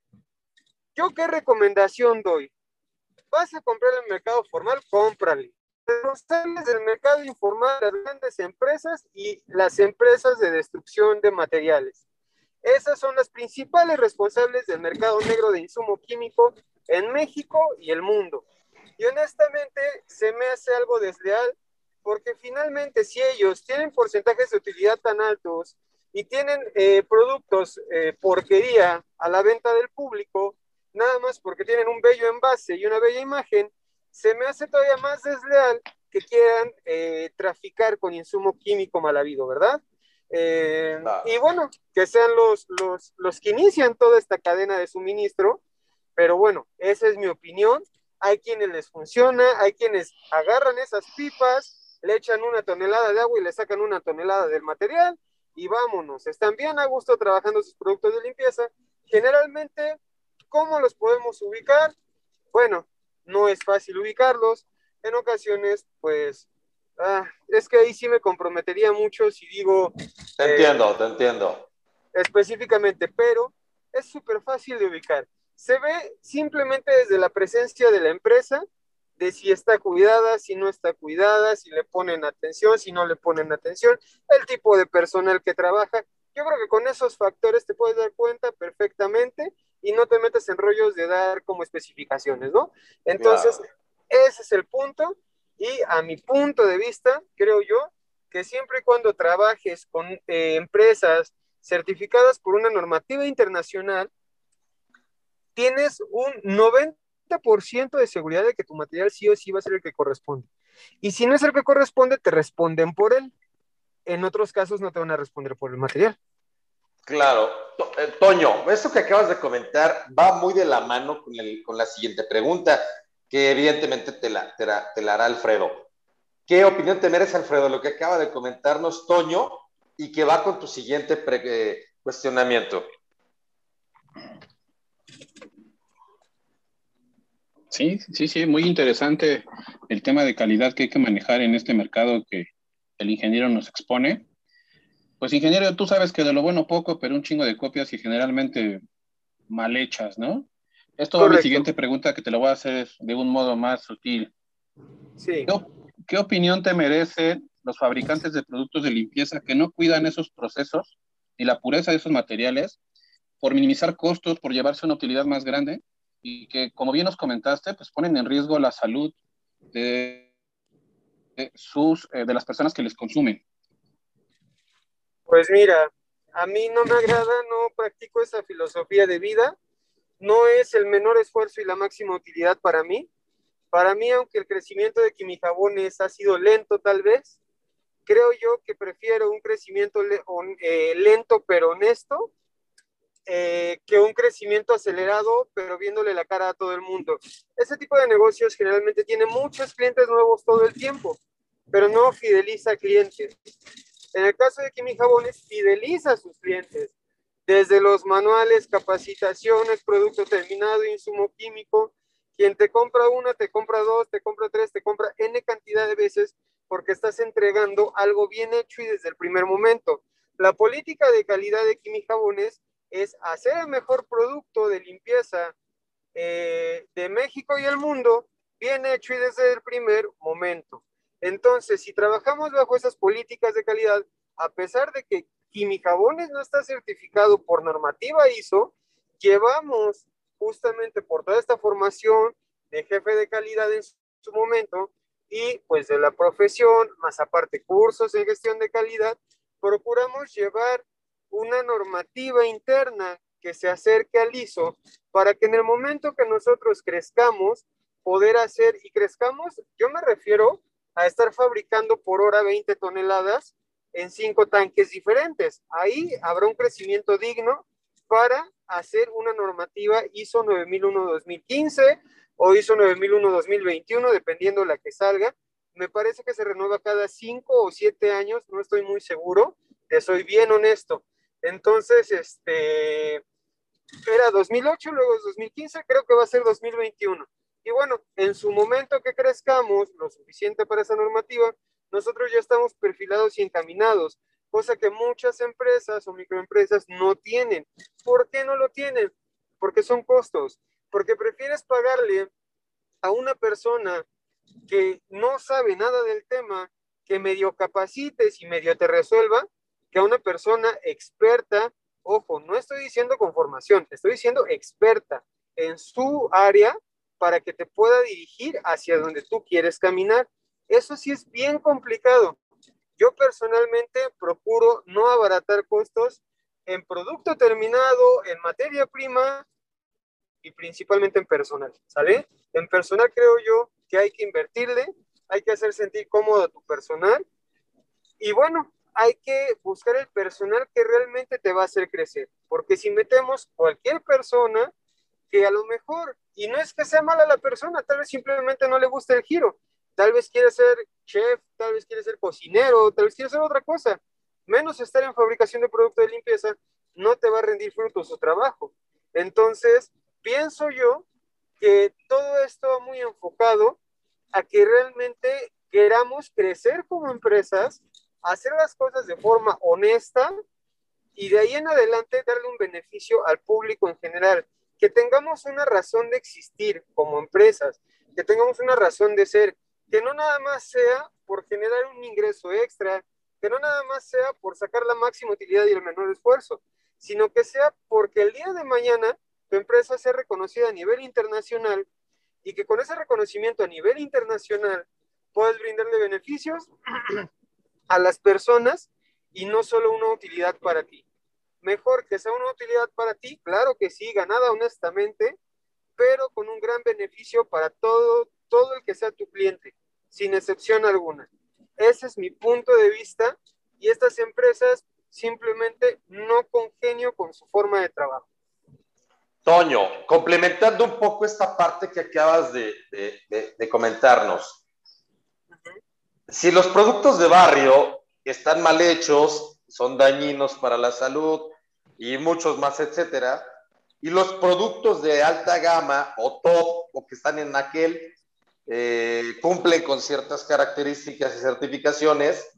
¿yo qué recomendación doy? ¿Vas a comprar en el mercado formal? Cómprale. Pero sales del mercado informal, las grandes empresas y las empresas de destrucción de materiales. Esas son las principales responsables del mercado negro de insumo químico en México y el mundo. Y honestamente se me hace algo desleal porque finalmente si ellos tienen porcentajes de utilidad tan altos y tienen productos porquería a la venta del público, nada más porque tienen un bello envase y una bella imagen, se me hace todavía más desleal que quieran traficar con insumo químico mal habido, ¿verdad? Y bueno, que sean los que inician toda esta cadena de suministro, pero bueno, esa es mi opinión. Hay quienes les funciona, hay quienes agarran esas pipas, le echan 1 tonelada de agua y le sacan 1 tonelada del material y vámonos, están bien a gusto trabajando sus productos de limpieza. Generalmente, ¿cómo los podemos ubicar? Bueno, no es fácil ubicarlos. En ocasiones, pues, es que ahí sí me comprometería mucho si digo... Te entiendo. Específicamente, pero es súper fácil de ubicar. Se ve simplemente desde la presencia de la empresa, de si está cuidada, si no está cuidada, si le ponen atención, si no le ponen atención, el tipo de personal que trabaja. Yo creo que con esos factores te puedes dar cuenta perfectamente y no te metes en rollos de dar como especificaciones, ¿no? Entonces, claro, ese es el punto y a mi punto de vista, creo yo, que siempre y cuando trabajes con empresas certificadas por una normativa internacional, tienes un 90% de seguridad de que tu material sí o sí va a ser el que corresponde. Y si no es el que corresponde, te responden por él. En otros casos no te van a responder por el material. Claro. Toño, esto que acabas de comentar va muy de la mano con la siguiente pregunta, que evidentemente te la hará Alfredo. ¿Qué opinión te merece, Alfredo, lo que acaba de comentarnos Toño y que va con tu siguiente cuestionamiento? Sí, muy interesante el tema de calidad que hay que manejar en este mercado que el ingeniero nos expone. Pues ingeniero, tú sabes que de lo bueno poco, pero un chingo de copias y generalmente mal hechas, ¿no? Esto va a mi siguiente pregunta que te lo voy a hacer de un modo más sutil. Sí. ¿Qué opinión te merecen los fabricantes de productos de limpieza que no cuidan esos procesos y la pureza de esos materiales por minimizar costos, por llevarse una utilidad más grande y que, como bien nos comentaste, pues ponen en riesgo la salud de las personas que les consumen? Pues mira, a mí no me agrada, no practico esa filosofía de vida, no es el menor esfuerzo y la máxima utilidad para mí. Para mí, aunque el crecimiento de Quimijabones ha sido lento tal vez, creo yo que prefiero un crecimiento lento pero honesto que un crecimiento acelerado pero viéndole la cara a todo el mundo. Ese tipo de negocios generalmente tiene muchos clientes nuevos todo el tiempo, pero no fideliza clientes. En el caso de Quimijabones, fideliza a sus clientes, desde los manuales, capacitaciones, producto terminado, insumo químico. Quien te compra una, te compra dos, te compra tres, te compra N cantidad de veces, porque estás entregando algo bien hecho y desde el primer momento. La política de calidad de Quimijabones es hacer el mejor producto de limpieza de México y el mundo, bien hecho y desde el primer momento. Entonces, si trabajamos bajo esas políticas de calidad, a pesar de que Quimijabones no está certificado por normativa ISO, llevamos justamente por toda esta formación de jefe de calidad en su momento y pues de la profesión, más aparte cursos en gestión de calidad, procuramos llevar una normativa interna que se acerque al ISO para que en el momento que nosotros crezcamos, poder hacer, y crezcamos, yo me refiero a estar fabricando por hora 20 toneladas en 5 tanques diferentes. Ahí habrá un crecimiento digno para hacer una normativa ISO 9001-2015 o ISO 9001-2021, dependiendo de la que salga. Me parece que se renueva cada 5 o 7 años, no estoy muy seguro, te soy bien honesto. Entonces, era 2008, luego es 2015, creo que va a ser 2021. Y bueno, en su momento que crezcamos lo suficiente para esa normativa, nosotros ya estamos perfilados y encaminados, cosa que muchas empresas o microempresas no tienen. ¿Por qué no lo tienen? Porque son costos, porque prefieres pagarle a una persona que no sabe nada del tema, que medio capacites y medio te resuelva, que a una persona experta. Ojo, no estoy diciendo con formación, estoy diciendo experta en su área para que te pueda dirigir hacia donde tú quieres caminar. Eso sí es bien complicado. Yo personalmente procuro no abaratar costos en producto terminado, en materia prima y principalmente en personal, ¿sale? En personal creo yo que hay que invertirle, hay que hacer sentir cómodo a tu personal y bueno, hay que buscar el personal que realmente te va a hacer crecer, porque si metemos cualquier persona que a lo mejor, y no es que sea mala la persona, tal vez simplemente no le gusta el giro, tal vez quiere ser chef, tal vez quiere ser cocinero, tal vez quiere ser otra cosa, menos estar en fabricación de producto de limpieza, no te va a rendir frutos su trabajo. Entonces, pienso yo que todo esto va muy enfocado a que realmente queramos crecer como empresas, hacer las cosas de forma honesta y de ahí en adelante darle un beneficio al público en general, que tengamos una razón de existir como empresas, que tengamos una razón de ser, que no nada más sea por generar un ingreso extra, que no nada más sea por sacar la máxima utilidad y el menor esfuerzo, sino que sea porque el día de mañana tu empresa sea reconocida a nivel internacional y que con ese reconocimiento a nivel internacional puedas brindarle beneficios a las personas y no solo una utilidad para ti. Mejor que sea una utilidad para ti, claro que sí, ganada honestamente, pero con un gran beneficio para todo el que sea tu cliente, sin excepción alguna. Ese es mi punto de vista y estas empresas simplemente no congenio con su forma de trabajo. Toño, complementando un poco esta parte que acabas de comentarnos, si los productos de barrio están mal hechos, son dañinos para la salud y muchos más, etcétera, y los productos de alta gama o top o que están en aquel cumplen con ciertas características y certificaciones,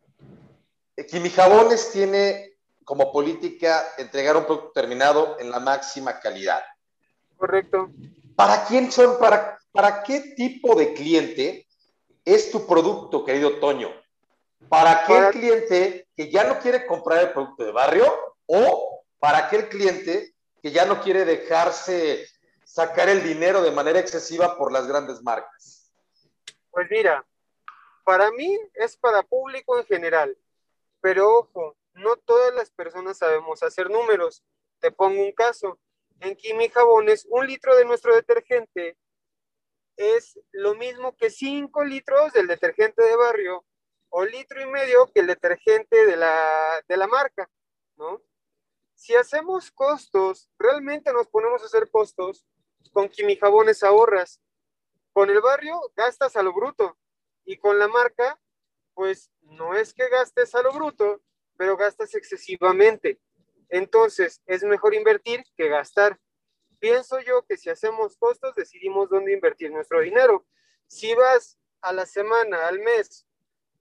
Quimijabones tiene como política entregar un producto terminado en la máxima calidad. Correcto. ¿Para quién son, para qué tipo de cliente es tu producto, querido Toño? ¿Para aquel cliente que ya no quiere comprar el producto de barrio o para aquel cliente que ya no quiere dejarse sacar el dinero de manera excesiva por las grandes marcas? Pues mira, para mí es para público en general, pero ojo, no todas las personas sabemos hacer números. Te pongo un caso. En Quimijabones, 1 litro de nuestro detergente es lo mismo que 5 litros del detergente de barrio o 1,5 litros que el detergente de la marca, ¿no? Si hacemos costos, realmente nos ponemos a hacer costos, con Quimijabones ahorras. Con el barrio gastas a lo bruto y con la marca, pues no es que gastes a lo bruto, pero gastas excesivamente. Entonces, es mejor invertir que gastar. Pienso yo que si hacemos costos, decidimos dónde invertir nuestro dinero. Si vas a la semana, al mes,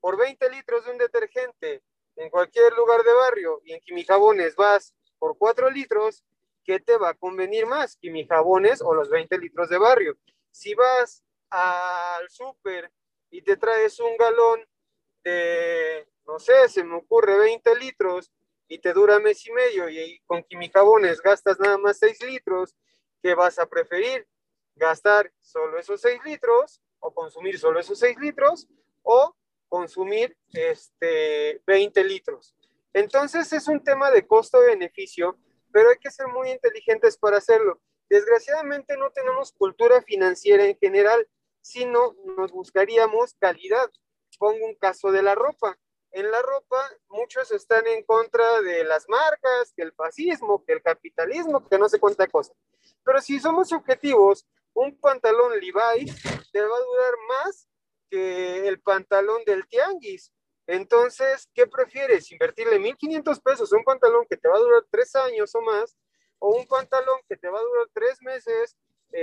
por 20 litros de un detergente en cualquier lugar de barrio y en Quimijabones vas por 4 litros, ¿qué te va a convenir más? ¿Quimijabones o los 20 litros de barrio? Si vas al súper y te traes un galón de, no sé, se me ocurre 20 litros y te dura mes y medio y con Quimijabones gastas nada más 6 litros, ¿qué vas a preferir? ¿Gastar solo esos 6 litros o consumir solo esos 6 litros o consumir 20 litros? Entonces es un tema de costo-beneficio, pero hay que ser muy inteligentes para hacerlo. Desgraciadamente no tenemos cultura financiera en general, sino nos buscaríamos calidad. Pongo un caso de la ropa. En la ropa muchos están en contra de las marcas, que el fascismo, que el capitalismo, que no sé cuánta cosa. Pero si somos objetivos, un pantalón Levi's te va a durar más que el pantalón del tianguis. Entonces, ¿qué prefieres? ¿Invertirle 1,500 pesos a un pantalón que te va a durar 3 años o más? ¿O un pantalón que te va a durar 3 meses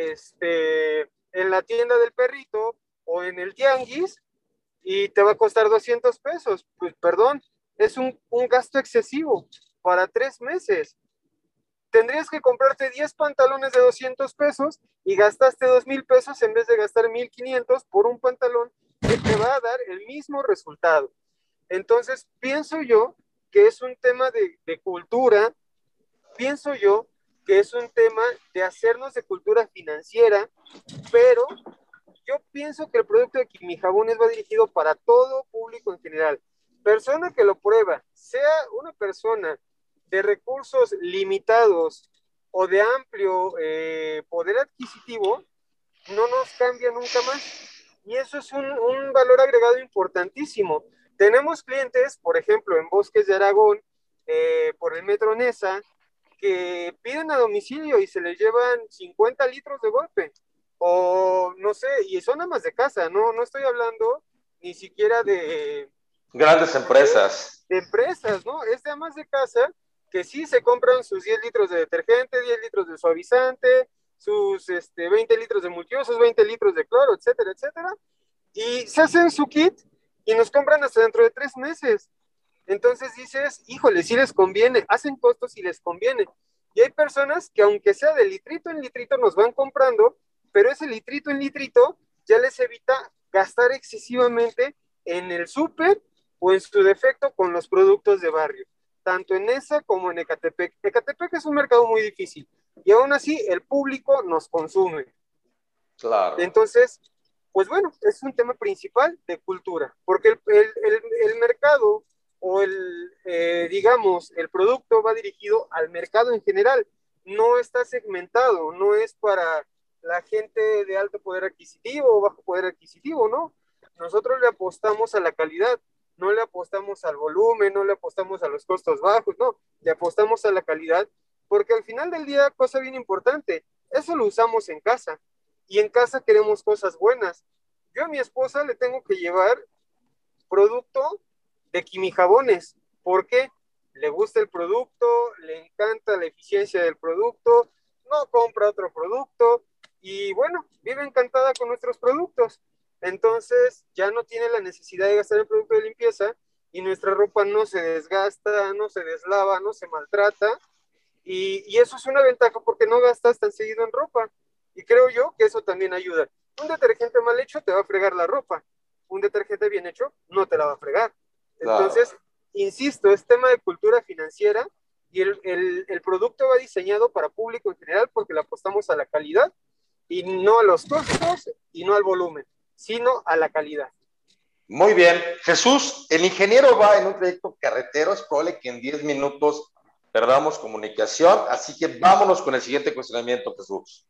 en la tienda del perrito o en el tianguis y te va a costar 200 pesos? Pues perdón, es un gasto excesivo para 3 meses. Tendrías que comprarte 10 pantalones de 200 pesos y gastaste 2,000 pesos en vez de gastar 1,500 por un pantalón que te va a dar el mismo resultado. Entonces, pienso yo que es un tema de cultura, pienso yo que es un tema de hacernos de cultura financiera, pero yo pienso que el producto de Quimijabones va dirigido para todo público en general. Persona que lo prueba, sea una persona de recursos limitados o de amplio poder adquisitivo, no nos cambia nunca más. Y eso es un valor agregado importantísimo. Tenemos clientes, por ejemplo, en Bosques de Aragón, por el Metro Nesa, que piden a domicilio y se les llevan 50 litros de golpe. O no sé, y son amas de casa, no estoy hablando ni siquiera de grandes empresas. De empresas, ¿no? Es de amas de casa que sí se compran sus 10 litros de detergente, 10 litros de suavizante, sus 20 litros de multiusos, 20 litros de cloro, etcétera, etcétera, y se hacen su kit y nos compran hasta dentro de 3 meses. Entonces dices, híjole, si les conviene, hacen costos y les conviene. Y hay personas que aunque sea de litrito en litrito nos van comprando, pero ese litrito en litrito ya les evita gastar excesivamente en el súper o en su defecto con los productos de barrio, tanto en esa como en Ecatepec. Ecatepec es un mercado muy difícil y aún así el público nos consume. Claro. Entonces, pues bueno, es un tema principal de cultura, porque el mercado o digamos, el producto va dirigido al mercado en general, no está segmentado, no es para la gente de alto poder adquisitivo o bajo poder adquisitivo, ¿no? Nosotros le apostamos a la calidad, no le apostamos al volumen, no le apostamos a los costos bajos, no, le apostamos a la calidad, porque al final del día, cosa bien importante, eso lo usamos en casa, y en casa queremos cosas buenas. Yo a mi esposa le tengo que llevar producto de Quimijabones. ¿Por qué? Le gusta el producto, le encanta la eficiencia del producto, no compra otro producto y bueno, vive encantada con nuestros productos. Entonces ya no tiene la necesidad de gastar en producto de limpieza y nuestra ropa no se desgasta, no se deslava, no se maltrata y eso es una ventaja porque no gastas tan seguido en ropa y creo yo que eso también ayuda. Un detergente mal hecho te va a fregar la ropa, un detergente bien hecho no te la va a fregar. Entonces, claro, insisto, es tema de cultura financiera y el producto va diseñado para público en general porque le apostamos a la calidad y no a los costos y no al volumen, sino a la calidad. Muy bien. Jesús, el ingeniero va en un trayecto carretero, es probable que en 10 minutos perdamos comunicación, así que vámonos con el siguiente cuestionamiento, Jesús.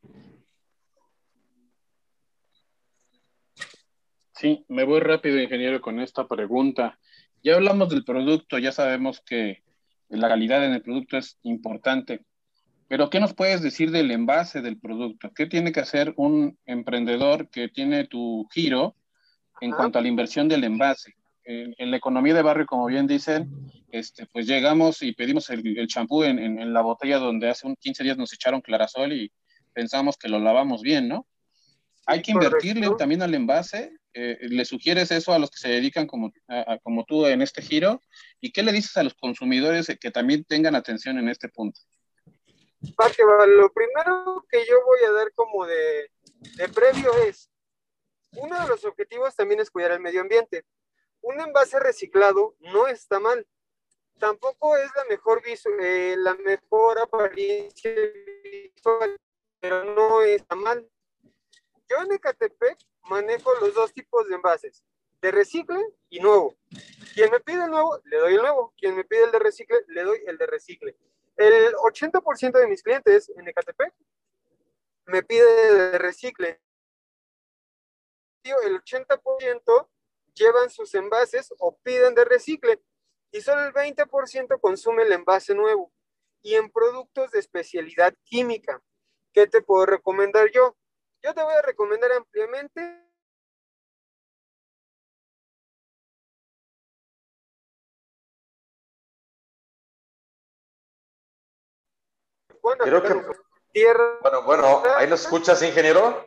Sí, me voy rápido, ingeniero, con esta pregunta. Ya hablamos del producto, ya sabemos que la calidad en el producto es importante, pero ¿qué nos puedes decir del envase del producto? ¿Qué tiene que hacer un emprendedor que tiene tu giro en cuanto a la inversión del envase? En la economía de barrio, como bien dicen, pues llegamos y pedimos el champú en la botella donde hace 15 días nos echaron clarasol y pensamos que lo lavamos bien, ¿no? hay que invertirle también al envase. ¿Le sugieres eso a los que se dedican como tú en este giro? ¿Y qué le dices a los consumidores que también tengan atención en este punto? Lo primero que yo voy a dar como de previo es, uno de los objetivos también es cuidar el medio ambiente. Un envase reciclado no está mal. Tampoco es la mejor apariencia visual, pero no está mal. Yo en Ecatepec manejo los dos tipos de envases, de recicle y nuevo. Quien me pide el nuevo, le doy el nuevo. Quien me pide el de recicle, le doy el de recicle. El 80% de mis clientes en Ecatepec me pide de recicle. El 80% llevan sus envases o piden de recicle y solo el 20% consume el envase nuevo. Y en productos de especialidad química, ¿qué te puedo recomendar yo? Yo te voy a recomendar ampliamente Creo que, tierra. bueno, ¿ahí nos escuchas, ingeniero?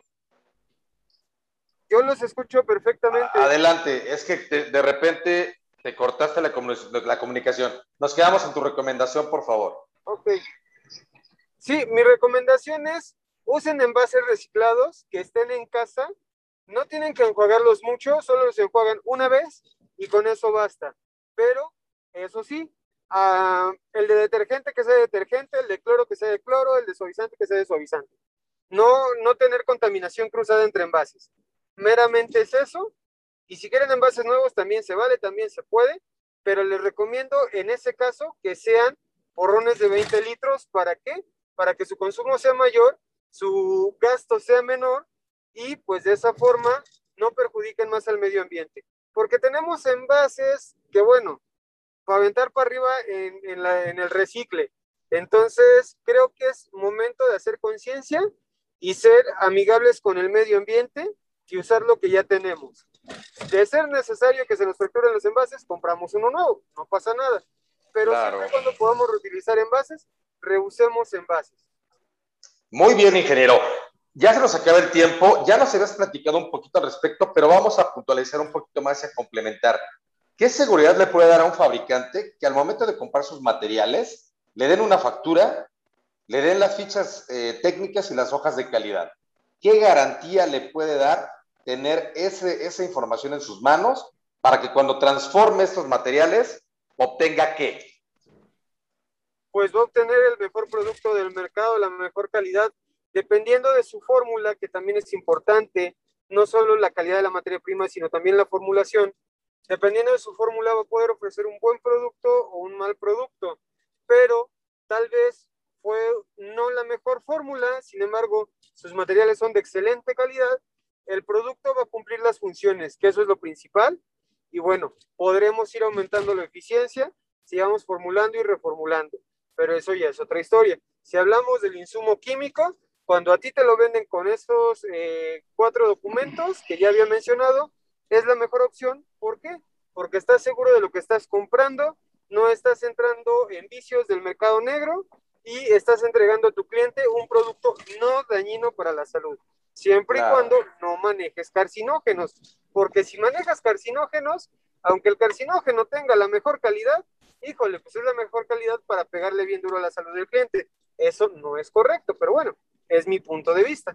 Yo los escucho perfectamente. Adelante, es que de repente te cortaste la comunicación. Nos quedamos en tu recomendación, por favor. Ok. Sí, mi recomendación es usen envases reciclados que estén en casa. No tienen que enjuagarlos mucho, solo los enjuagan una vez y con eso basta. Pero, eso sí, el de detergente que sea de detergente, el de cloro que sea de cloro, el de suavizante que sea de suavizante. No tener contaminación cruzada entre envases. Meramente es eso. Y si quieren envases nuevos también se vale, también se puede, pero les recomiendo en ese caso que sean porrones de 20 litros. ¿Para qué? Para que su consumo sea mayor, su gasto sea menor y pues de esa forma no perjudiquen más al medio ambiente. Porque tenemos envases que, bueno, para aventar para arriba en el recicle. Entonces, creo que es momento de hacer conciencia y ser amigables con el medio ambiente y usar lo que ya tenemos. De ser necesario que se nos fracturen los envases, compramos uno nuevo, no pasa nada. Pero claro, siempre y cuando podamos reutilizar envases, reusemos envases. Muy bien, ingeniero. Ya se nos acaba el tiempo, ya nos habías platicado un poquito al respecto, pero vamos a puntualizar un poquito más y a complementar. ¿Qué seguridad le puede dar a un fabricante que al momento de comprar sus materiales le den una factura, le den las fichas técnicas y las hojas de calidad? ¿Qué garantía le puede dar tener esa información en sus manos para que cuando transforme estos materiales obtenga qué? Pues va a obtener el mejor producto del mercado, la mejor calidad, dependiendo de su fórmula, que también es importante, no solo la calidad de la materia prima, sino también la formulación. Dependiendo de su fórmula va a poder ofrecer un buen producto o un mal producto, pero tal vez fue no la mejor fórmula, sin embargo, sus materiales son de excelente calidad, el producto va a cumplir las funciones, que eso es lo principal, y bueno, podremos ir aumentando la eficiencia si vamos formulando y reformulando, pero eso ya es otra historia. Si hablamos del insumo químico, cuando a ti te lo venden con estos 4 documentos que ya había mencionado, es la mejor opción. ¿Por qué? Porque estás seguro de lo que estás comprando, no estás entrando en vicios del mercado negro y estás entregando a tu cliente un producto no dañino para la salud, siempre y cuando no manejes carcinógenos, porque si manejas carcinógenos, aunque el carcinógeno tenga la mejor calidad, híjole, pues es la mejor calidad para pegarle bien duro a la salud del cliente. Eso no es correcto, pero bueno, es mi punto de vista.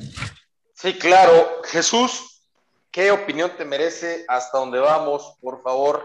Sí, claro. Jesús, ¿qué opinión te merece hasta dónde vamos, por favor?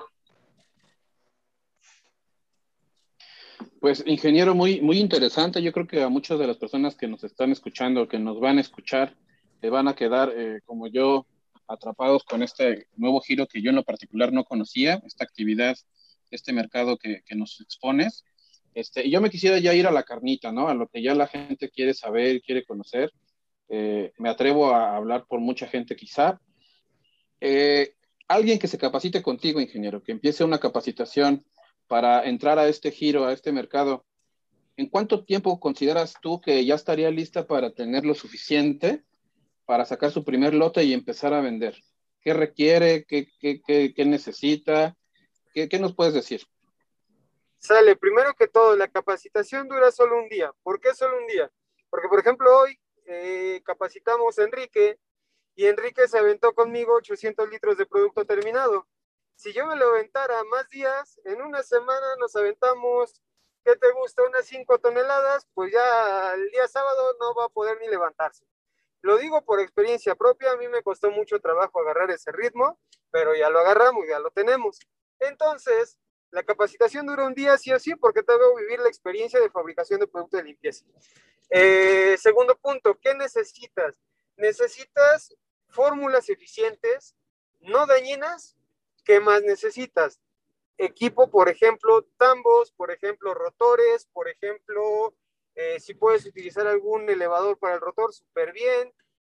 Pues, ingeniero, muy, muy interesante. Yo creo que a muchas de las personas que nos están escuchando, que nos van a escuchar, van a quedar, como yo, atrapados con este nuevo giro que yo en lo particular no conocía, esta actividad, este mercado que nos expones. Y yo me quisiera ya ir a la carnita, ¿no? A lo que ya la gente quiere saber, quiere conocer. Me atrevo a hablar por mucha gente quizá. Alguien que se capacite contigo, ingeniero, que empiece una capacitación para entrar a este giro, a este mercado, ¿en cuánto tiempo consideras tú que ya estaría lista para tener lo suficiente para sacar su primer lote y empezar a vender? ¿Qué requiere? ¿Qué necesita? ¿Qué nos puedes decir? Sale, primero que todo, la capacitación dura solo un día. ¿Por qué solo un día? Porque, por ejemplo, hoy capacitamos a Enrique y Enrique se aventó conmigo 800 litros de producto terminado. Si yo me lo aventara más días, en una semana nos aventamos, ¿qué te gusta? Unas 5 toneladas, pues ya el día sábado no va a poder ni levantarse. Lo digo por experiencia propia, a mí me costó mucho trabajo agarrar ese ritmo, pero ya lo agarramos, ya lo tenemos. Entonces, la capacitación dura un día sí o sí, porque te hago vivir la experiencia de fabricación de productos de limpieza. Segundo punto, ¿qué necesitas? Necesitas fórmulas eficientes, no dañinas. ¿Qué más necesitas? Equipo, por ejemplo, tambos, por ejemplo, rotores, por ejemplo, si puedes utilizar algún elevador para el rotor, súper bien.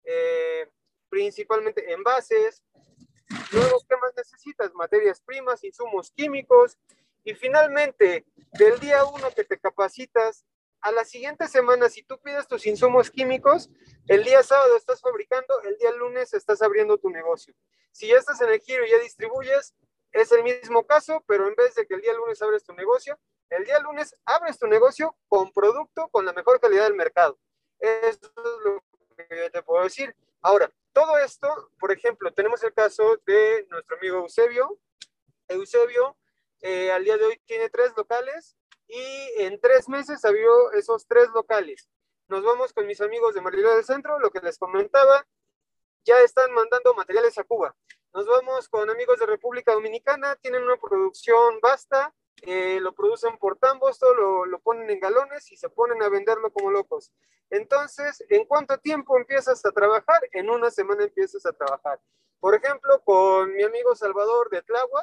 Principalmente envases. Luego, ¿qué más necesitas? Materias primas, insumos químicos. Y finalmente, del día 1 que te capacitas, a la siguiente semana, si tú pides tus insumos químicos, el día sábado estás fabricando, el día lunes estás abriendo tu negocio. Si ya estás en el giro y ya distribuyes, es el mismo caso, pero en vez de que el día lunes abres tu negocio, el día lunes abres tu negocio con producto con la mejor calidad del mercado. Eso es lo que yo te puedo decir. Ahora, todo esto, por ejemplo, tenemos el caso de nuestro amigo Eusebio. Eusebio, al día de hoy tiene 3 locales y en 3 meses abrió esos 3 locales. Nos vamos con mis amigos de Mariló del Centro, lo que les comentaba, ya están mandando materiales a Cuba. Nos vamos con amigos de República Dominicana, tienen una producción vasta, lo producen por tambos, todo lo ponen en galones y se ponen a venderlo como locos. Entonces, ¿en cuánto tiempo empiezas a trabajar? En una semana empiezas a trabajar. Por ejemplo, con mi amigo Salvador de Tláhuac,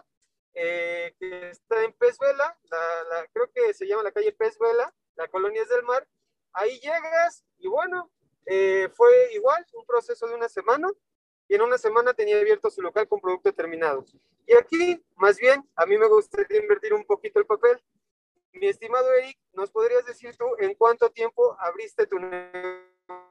que está en Pezuela, creo que se llama la calle Pezuela, la colonia es del mar, ahí llegas y bueno, fue igual, un proceso de una semana, y en una semana tenía abierto su local con producto terminado. Y aquí, más bien, a mí me gustaría invertir un poquito el papel. Mi estimado Eric, ¿nos podrías decir tú en cuánto tiempo abriste tu negocio?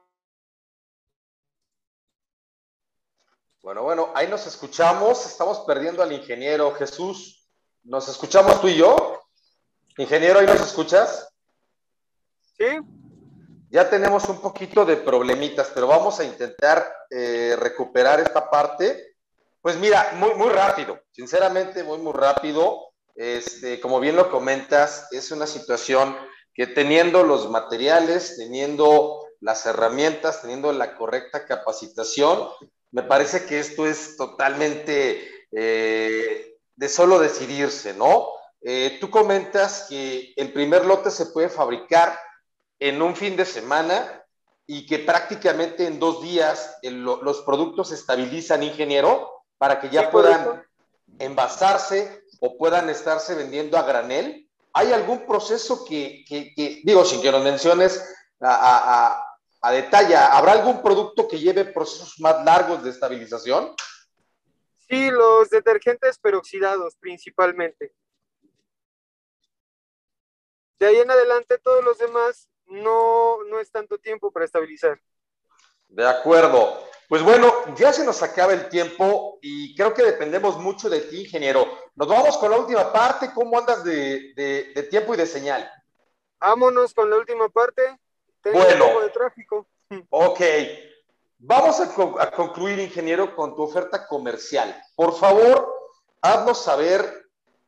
Bueno, ahí nos escuchamos. Estamos perdiendo al ingeniero Jesús. ¿Nos escuchamos tú y yo? Ingeniero, ¿ahí nos escuchas? Sí. Ya tenemos un poquito de problemitas, pero vamos a intentar recuperar esta parte. Pues mira, muy rápido, sinceramente muy rápido. Como bien lo comentas, es una situación que teniendo los materiales, teniendo las herramientas, teniendo la correcta capacitación, me parece que esto es totalmente de solo decidirse, ¿no? Tú comentas que el primer lote se puede fabricar en un fin de semana y que prácticamente en 2 días los productos se estabilizan, ingeniero, para que ya Sí, puedan correcto. envasarse o puedan estarse vendiendo a granel. ¿Hay algún proceso que digo, sin que nos menciones a detalle, habrá algún producto que lleve procesos más largos de estabilización? Sí, los detergentes peroxidados principalmente. De ahí en adelante todos los demás no es tanto tiempo para estabilizar. De acuerdo. Pues bueno, ya se nos acaba el tiempo y creo que dependemos mucho de ti, ingeniero. Nos vamos con la última parte. ¿Cómo andas de tiempo y de señal? Vámonos con la última parte. Tengo un Bueno, poco de tráfico. ok. Vamos a concluir, ingeniero, con tu oferta comercial. Por favor, haznos saber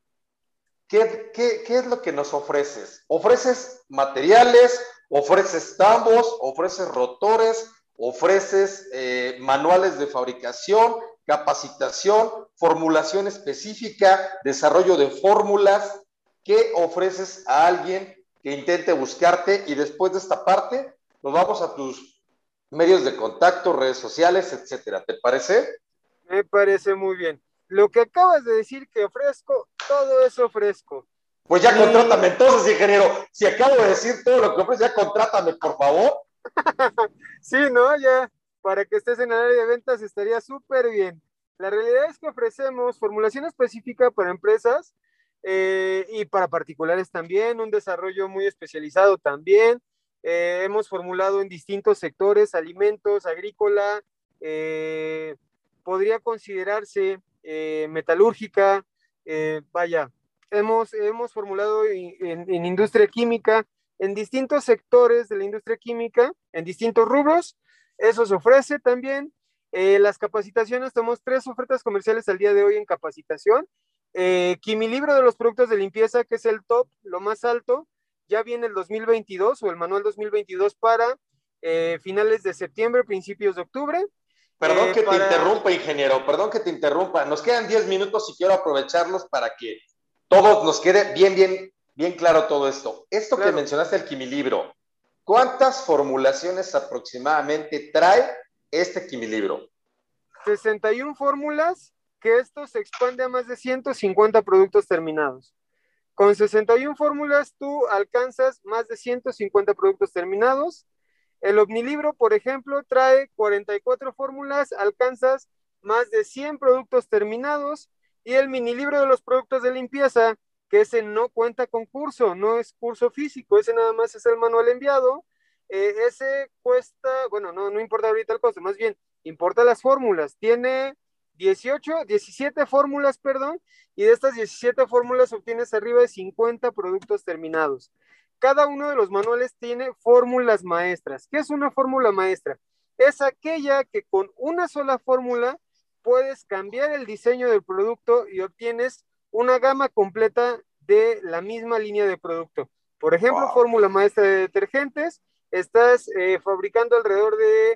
qué es lo que nos ofreces. ¿Ofreces materiales? ¿Ofreces tambos? ¿Ofreces rotores? ¿Ofreces manuales de fabricación? ¿Capacitación? ¿Formulación específica? ¿Desarrollo de fórmulas? ¿Qué ofreces a alguien que intente buscarte? Y después de esta parte, nos vamos a tus medios de contacto, redes sociales, etcétera. ¿Te parece? Me parece muy bien. Lo que acabas de decir que ofrezco, todo eso ofrezco. Pues ya Mi, contrátame entonces, ingeniero. Si acabo de decir todo lo que ofreces, ya contrátame, por favor. sí, ¿no? Ya, para que estés en el área de ventas estaría súper bien. La realidad es que ofrecemos formulación específica para empresas y para particulares también, un desarrollo muy especializado también. Hemos formulado en distintos sectores, alimentos, agrícola, eh, podría considerarse metalúrgica, vaya, hemos formulado en industria química, en distintos sectores de la industria química, en distintos rubros, eso se ofrece también. Las capacitaciones, tenemos 3 ofertas comerciales al día de hoy en capacitación. Quimilibro de los productos de limpieza, que es el top, lo más alto, ya viene el 2022 o el manual 2022 para finales de septiembre, principios de octubre. Perdón que te interrumpa, ingeniero, perdón que te interrumpa. Nos quedan 10 minutos y quiero aprovecharlos para que todos nos quede bien claro todo esto. Esto claro. Que mencionaste, el Quimilibro, ¿cuántas formulaciones aproximadamente trae este Quimilibro? 61 fórmulas, que esto se expande a más de 150 productos terminados. Con 61 fórmulas tú alcanzas más de 150 productos terminados. El Omnilibro, por ejemplo, trae 44 fórmulas, alcanzas más de 100 productos terminados. Y el Minilibro de los productos de limpieza, que ese no cuenta con curso, no es curso físico, ese nada más es el manual enviado. Ese cuesta, bueno, no importa ahorita el costo, más bien importa las fórmulas. Tiene 17 fórmulas, perdón, y de estas 17 fórmulas obtienes arriba de 50 productos terminados. Cada uno de los manuales tiene fórmulas maestras. ¿Qué es una fórmula maestra? Es aquella que con una sola fórmula puedes cambiar el diseño del producto y obtienes una gama completa de la misma línea de producto. Por ejemplo, wow. Fórmula maestra de detergentes, estás fabricando alrededor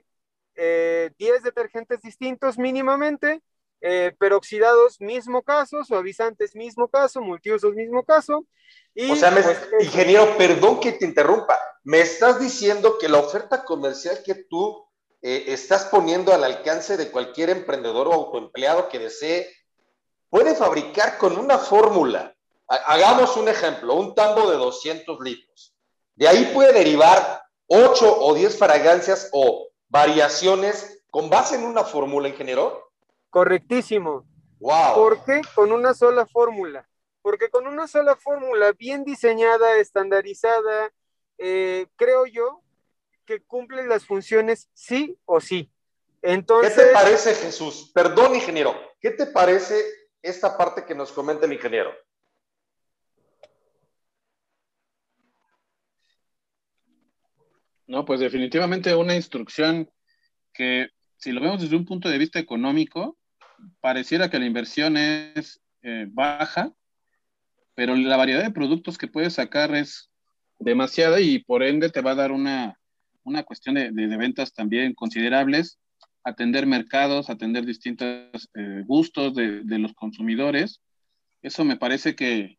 de 10 detergentes distintos mínimamente, peroxidados mismo caso, suavizantes mismo caso, multiusos mismo caso. Y o sea, pues, ingeniero, perdón que te interrumpa, me estás diciendo que la oferta comercial que tú estás poniendo al alcance de cualquier emprendedor o autoempleado que desee, puede fabricar con una fórmula. Hagamos un ejemplo, un tambo de 200 litros. De ahí puede derivar 8 o 10 fragancias o variaciones con base en una fórmula, ingeniero. Correctísimo. Wow. ¿Por qué con una sola fórmula? Porque con una sola fórmula bien diseñada, estandarizada, creo yo que cumple las funciones sí o sí. Entonces, ¿qué te parece, Jesús? Perdón, ingeniero, ¿qué te parece esta parte que nos comenta el ingeniero? No, pues definitivamente una instrucción que, si lo vemos desde un punto de vista económico, pareciera que la inversión es baja, pero la variedad de productos que puedes sacar es demasiada y por ende te va a dar una cuestión de ventas también considerables, atender mercados, atender distintos gustos de los consumidores. Eso me parece que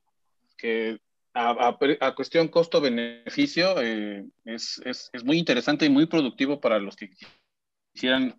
a cuestión costo-beneficio es muy interesante y muy productivo para los que quisieran.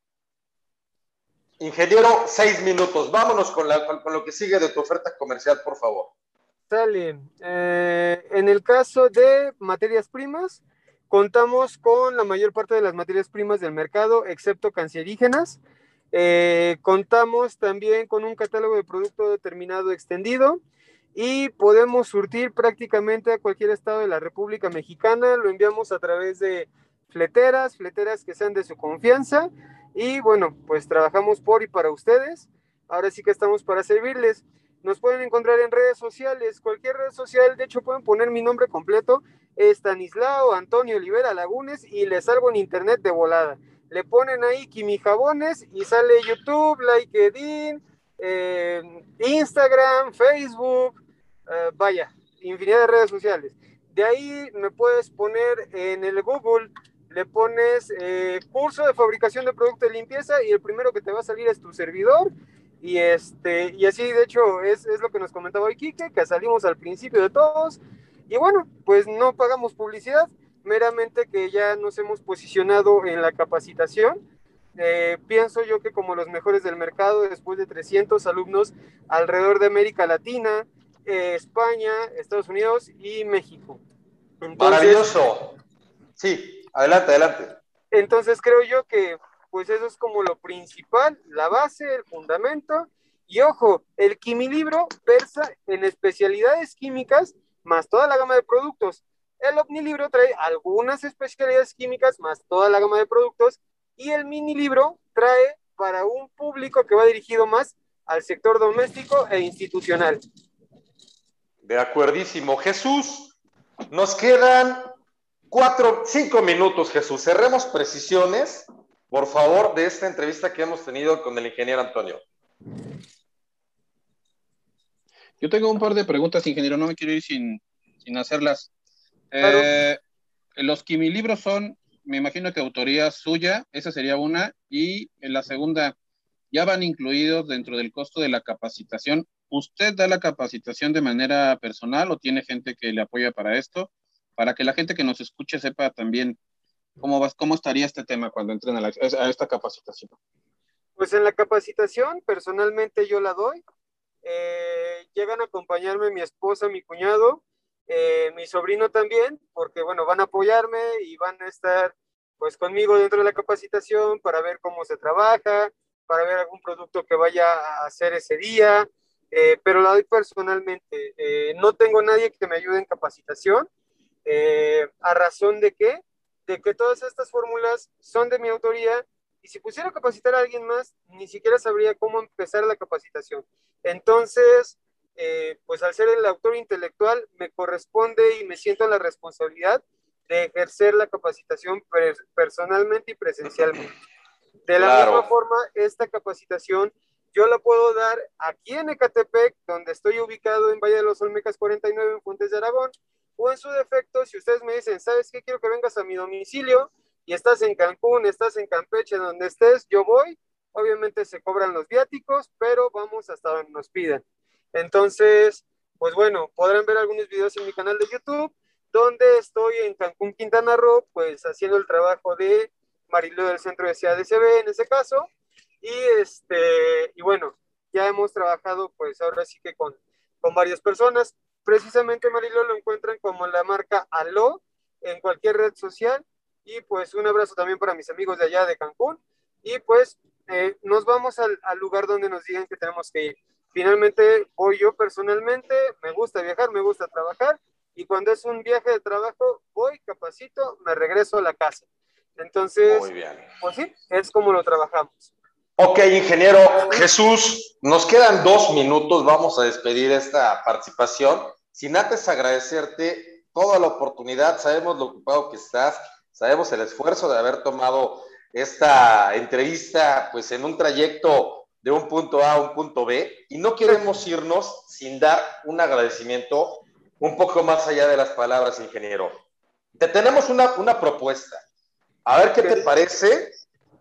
Ingeniero, 6 minutos. Vámonos con lo que sigue de tu oferta comercial, por favor. Sale. En el caso de materias primas, contamos con la mayor parte de las materias primas del mercado, excepto cancerígenas. Contamos también con un catálogo de producto determinado extendido y podemos surtir prácticamente a cualquier estado de la República Mexicana. Lo enviamos a través de fleteras que sean de su confianza y bueno, pues trabajamos por y para ustedes. Ahora sí que estamos para servirles. Nos pueden encontrar en redes sociales, cualquier red social, de hecho pueden poner mi nombre completo, Estanislao Antonio Olivera Lagunes, y les salgo en internet de volada. Le ponen ahí Quimijabones y sale YouTube, LinkedIn, Instagram, Facebook, vaya, infinidad de redes sociales. De ahí me puedes poner en el Google, le pones curso de fabricación de producto de limpieza y el primero que te va a salir es tu servidor. Y así de hecho es lo que nos comentaba hoy Quique, que salimos al principio de todos. Y bueno, pues no pagamos publicidad, meramente que ya nos hemos posicionado en la capacitación. Pienso yo que como los mejores del mercado, después de 300 alumnos alrededor de América Latina, España, Estados Unidos y México. Entonces, maravilloso. Sí, adelante. Entonces creo yo que pues eso es como lo principal, la base, el fundamento. Y ojo, el Quimilibro versa en especialidades químicas más toda la gama de productos. El Omnilibro trae algunas especialidades químicas más toda la gama de productos. Y el Minilibro trae para un público que va dirigido más al sector doméstico e institucional. De acuerdísimo. Jesús, nos quedan 5 minutos, Jesús. Cerremos precisiones por favor, de esta entrevista que hemos tenido con el ingeniero Antonio. Yo tengo un par de preguntas, ingeniero, no me quiero ir sin hacerlas. Claro. Los quimilibros son, me imagino que autoría suya, esa sería una, y en la segunda, ¿ya van incluidos dentro del costo de la capacitación? ¿Usted da la capacitación de manera personal o tiene gente que le apoya para esto? Para que la gente que nos escuche sepa también cómo estaría este tema cuando entren a esta capacitación. Pues en la capacitación, personalmente yo la doy. Llegan a acompañarme mi esposa, mi cuñado, mi sobrino también, porque bueno, van a apoyarme y van a estar pues conmigo dentro de la capacitación para ver cómo se trabaja, para ver algún producto que vaya a hacer ese día, pero la doy personalmente. No tengo nadie que me ayude en capacitación, a razón de que todas estas fórmulas son de mi autoría y si pusiera a capacitar a alguien más, ni siquiera sabría cómo empezar la capacitación. Entonces, pues al ser el autor intelectual, me corresponde y me siento la responsabilidad de ejercer la capacitación personalmente y presencialmente. De la misma forma, esta capacitación yo la puedo dar aquí en Ecatepec, donde estoy ubicado en Valle de los Olmecas 49, en Fuentes de Aragón, o en su defecto, si ustedes me dicen, ¿sabes qué? Quiero que vengas a mi domicilio y estás en Cancún, estás en Campeche, donde estés, yo voy. Obviamente se cobran los viáticos, pero vamos hasta donde nos pidan. Entonces, pues bueno, podrán ver algunos videos en mi canal de YouTube, donde estoy en Cancún, Quintana Roo, pues haciendo el trabajo de Mariló del Centro de CADCB en ese caso. Y bueno, ya hemos trabajado pues ahora sí que con varias personas. Precisamente Mariló lo encuentran como la marca Aló en cualquier red social. Y pues un abrazo también para mis amigos de allá de Cancún. Y pues nos vamos al lugar donde nos digan que tenemos que ir. Finalmente voy yo personalmente, me gusta viajar, me gusta trabajar. Y cuando es un viaje de trabajo, voy, capacito, me regreso a la casa. Entonces, muy bien, pues sí, es como lo trabajamos. Ok, ingeniero Jesús, nos quedan 2 minutos, vamos a despedir esta participación. Sin antes agradecerte toda la oportunidad, sabemos lo ocupado que estás, sabemos el esfuerzo de haber tomado esta entrevista pues en un trayecto de un punto A a un punto B y no queremos irnos sin dar un agradecimiento un poco más allá de las palabras, ingeniero. Te tenemos una propuesta, a ver qué te parece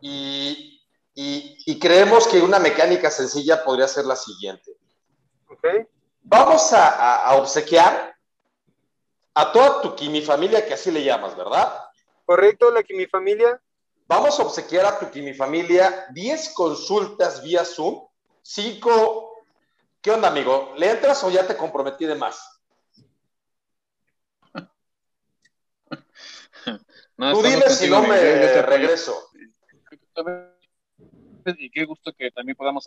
y creemos que una mecánica sencilla podría ser la siguiente. Okay. Vamos a obsequiar a toda tu quimifamilia, que así le llamas, ¿verdad? Correcto, la quimifamilia. Vamos a obsequiar a tu quimifamilia 10 consultas vía Zoom, 5... ¿Qué onda, amigo? ¿Le entras o ya te comprometí de más? No, tú dime si no me regreso. Y qué gusto que también podamos.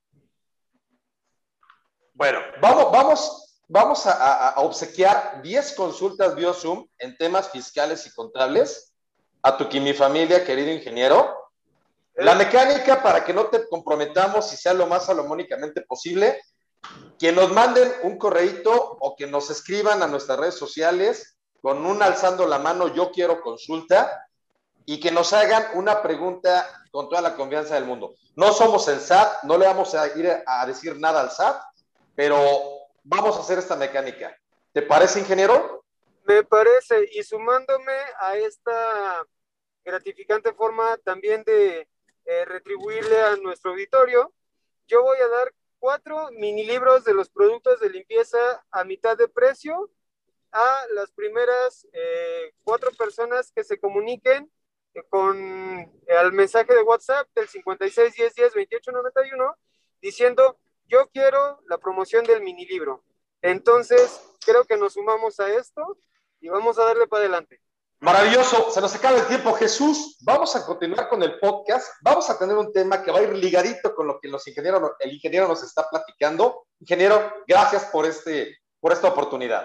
Bueno, vamos a obsequiar 10 consultas vía Zoom en temas fiscales y contables a tu quimifamilia, querido ingeniero. La mecánica, para que no te comprometamos y sea lo más salomónicamente posible, que nos manden un correíto o que nos escriban a nuestras redes sociales con un alzando la mano, yo quiero consulta, y que nos hagan una pregunta con toda la confianza del mundo. No somos el SAT, no le vamos a ir a decir nada al SAT, pero vamos a hacer esta mecánica. ¿Te parece, ingeniero? Me parece, y sumándome a esta gratificante forma también de retribuirle a nuestro auditorio, yo voy a dar 4 mini libros de los productos de limpieza a mitad de precio a las primeras 4 personas que se comuniquen al mensaje de WhatsApp del 56 10 10 28 91 diciendo yo quiero la promoción del mini libro. Entonces creo que nos sumamos a esto y vamos a darle para adelante. Maravilloso, se nos acaba el tiempo, Jesús. Vamos a continuar con el podcast. Vamos a tener un tema que va a ir ligadito con lo que el ingeniero nos está platicando. Ingeniero, gracias por esta oportunidad.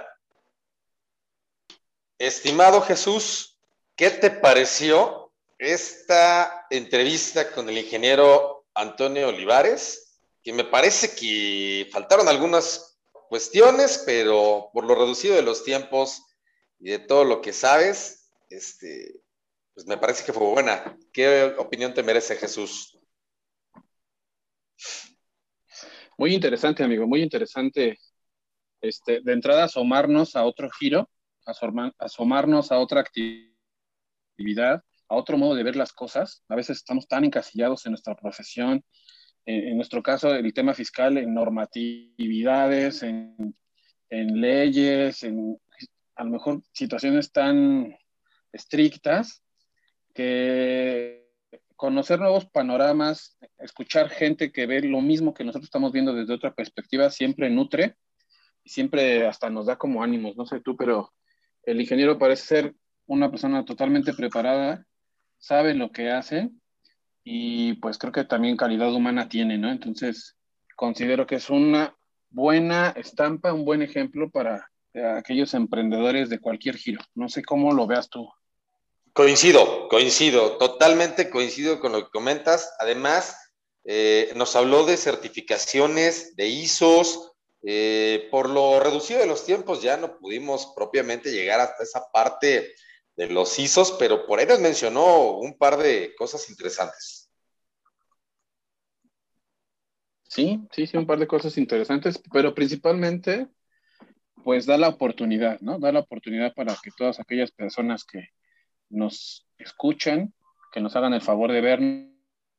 Estimado Jesús, ¿qué te pareció esta entrevista con el ingeniero Antonio Olivares? Que me parece que faltaron algunas cuestiones, pero por lo reducido de los tiempos y de todo lo que sabes, Pues me parece que fue buena. ¿Qué opinión te merece, Jesús? Muy interesante, amigo, muy interesante. De entrada, asomarnos a otro giro, asomarnos a otra actividad, a otro modo de ver las cosas. A veces estamos tan encasillados en nuestra profesión, en nuestro caso, el tema fiscal, en normatividades, en leyes, en a lo mejor situaciones tan estrictas que conocer nuevos panoramas, escuchar gente que ve lo mismo que nosotros estamos viendo desde otra perspectiva, siempre nutre y siempre hasta nos da como ánimos, no sé tú, pero el ingeniero parece ser una persona totalmente preparada, sabe lo que hace y pues creo que también calidad humana tiene, ¿no? Entonces, considero que es una buena estampa, un buen ejemplo para aquellos emprendedores de cualquier giro. No sé cómo lo veas tú. Coincido, totalmente coincido con lo que comentas. Además, nos habló de certificaciones, de ISOs. Por lo reducido de los tiempos ya no pudimos propiamente llegar hasta esa parte de los ISOs, pero por ahí nos mencionó un par de cosas interesantes. Sí, un par de cosas interesantes, pero principalmente, pues da la oportunidad, ¿no? Da la oportunidad para que todas aquellas personas que nos escuchan, que nos hagan el favor de vernos,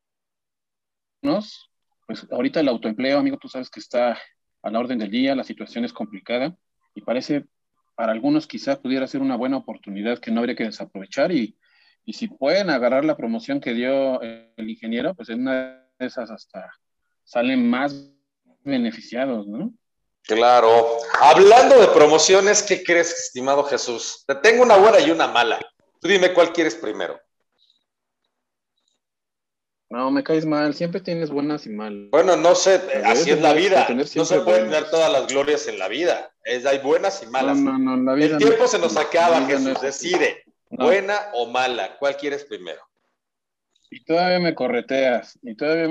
pues ahorita el autoempleo, amigo, tú sabes que está a la orden del día, la situación es complicada y parece, para algunos quizás pudiera ser una buena oportunidad que no habría que desaprovechar y si pueden agarrar la promoción que dio el ingeniero, pues en una de esas hasta salen más beneficiados, ¿no? Claro. Hablando de promociones, ¿qué crees, estimado Jesús? Te tengo una buena y una mala. Tú dime cuál quieres primero. No, me caes mal, siempre tienes buenas y malas. Bueno, no sé, así es la Debes de vida. tener No se siempre puede tener buenas. todas las glorias en la vida. Hay buenas y malas. No, la El vida no tiempo es se nos así. La acaba, vida no Jesús. es así. Decide, No. buena o mala. ¿Cuál quieres primero? Y todavía me correteas.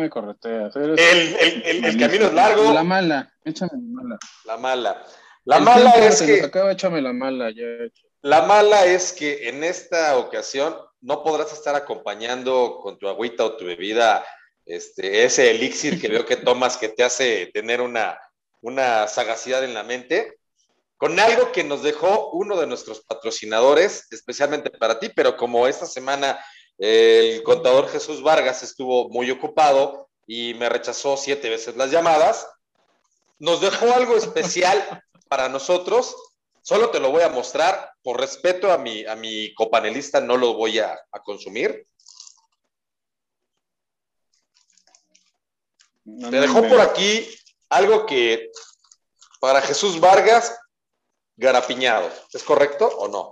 El camino es La largo. mala, échame la mala. La mala. La El mala tiempo es se nos que acaba, échame la mala. Ya. La mala es que en esta ocasión no podrás estar acompañando con tu agüita o tu bebida ese elixir que veo que tomas que te hace tener una sagacidad en la mente, con algo que nos dejó uno de nuestros patrocinadores, especialmente para ti, pero como esta semana el contador Jesús Vargas estuvo muy ocupado y me rechazó 7 veces las llamadas, nos dejó algo especial para nosotros. Solo te lo voy a mostrar. Por respeto a mi copanelista, no lo voy a consumir. No, Te dejó por aquí algo que para Jesús Vargas, garapiñado. ¿Es correcto o no?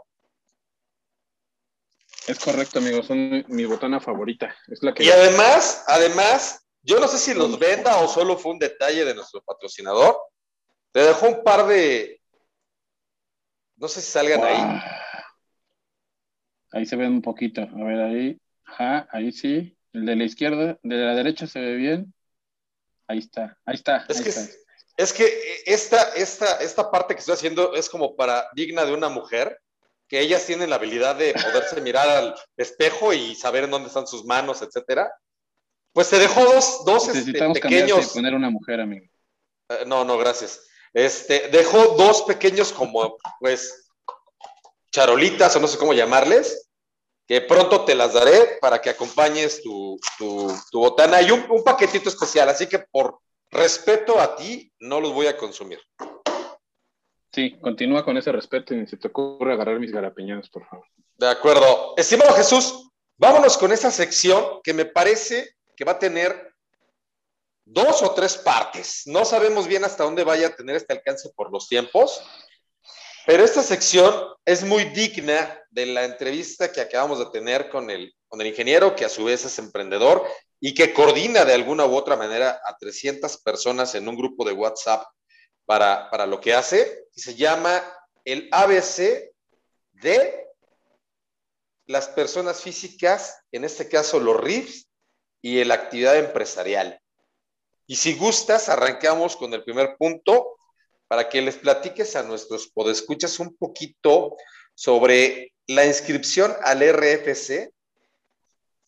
Es correcto, amigo. Son mi botana favorita. Es la que. Y además, yo no sé si los venda o solo fue un detalle de nuestro patrocinador. Te dejó un par de. No sé si salgan ahí. Ahí se ve un poquito. A ver, ahí. Ajá, ahí sí. El de la izquierda, de la derecha se ve bien. Ahí está. Es que esta parte que estoy haciendo es como para digna de una mujer, que ellas tienen la habilidad de poderse mirar al espejo y saber en dónde están sus manos, etcétera. Pues se dejó dos Necesitamos pequeños. Y poner una mujer, amigo. No, gracias. Dejó dos pequeños como, pues, charolitas o no sé cómo llamarles, que pronto te las daré para que acompañes tu botana y un paquetito especial. Así que por respeto a ti, no los voy a consumir. Sí, continúa con ese respeto y ni se te ocurre agarrar mis garapiñadas, por favor. De acuerdo. Estimado Jesús, vámonos con esa sección que me parece que va a tener 2 o 3 partes. No sabemos bien hasta dónde vaya a tener este alcance por los tiempos, pero esta sección es muy digna de la entrevista que acabamos de tener con el ingeniero, que a su vez es emprendedor y que coordina de alguna u otra manera a 300 personas en un grupo de WhatsApp para lo que hace, y se llama el ABC de las personas físicas, en este caso los RIFs, y la actividad empresarial. Y si gustas, arrancamos con el primer punto para que les platiques a nuestros podescuchas un poquito sobre la inscripción al RFC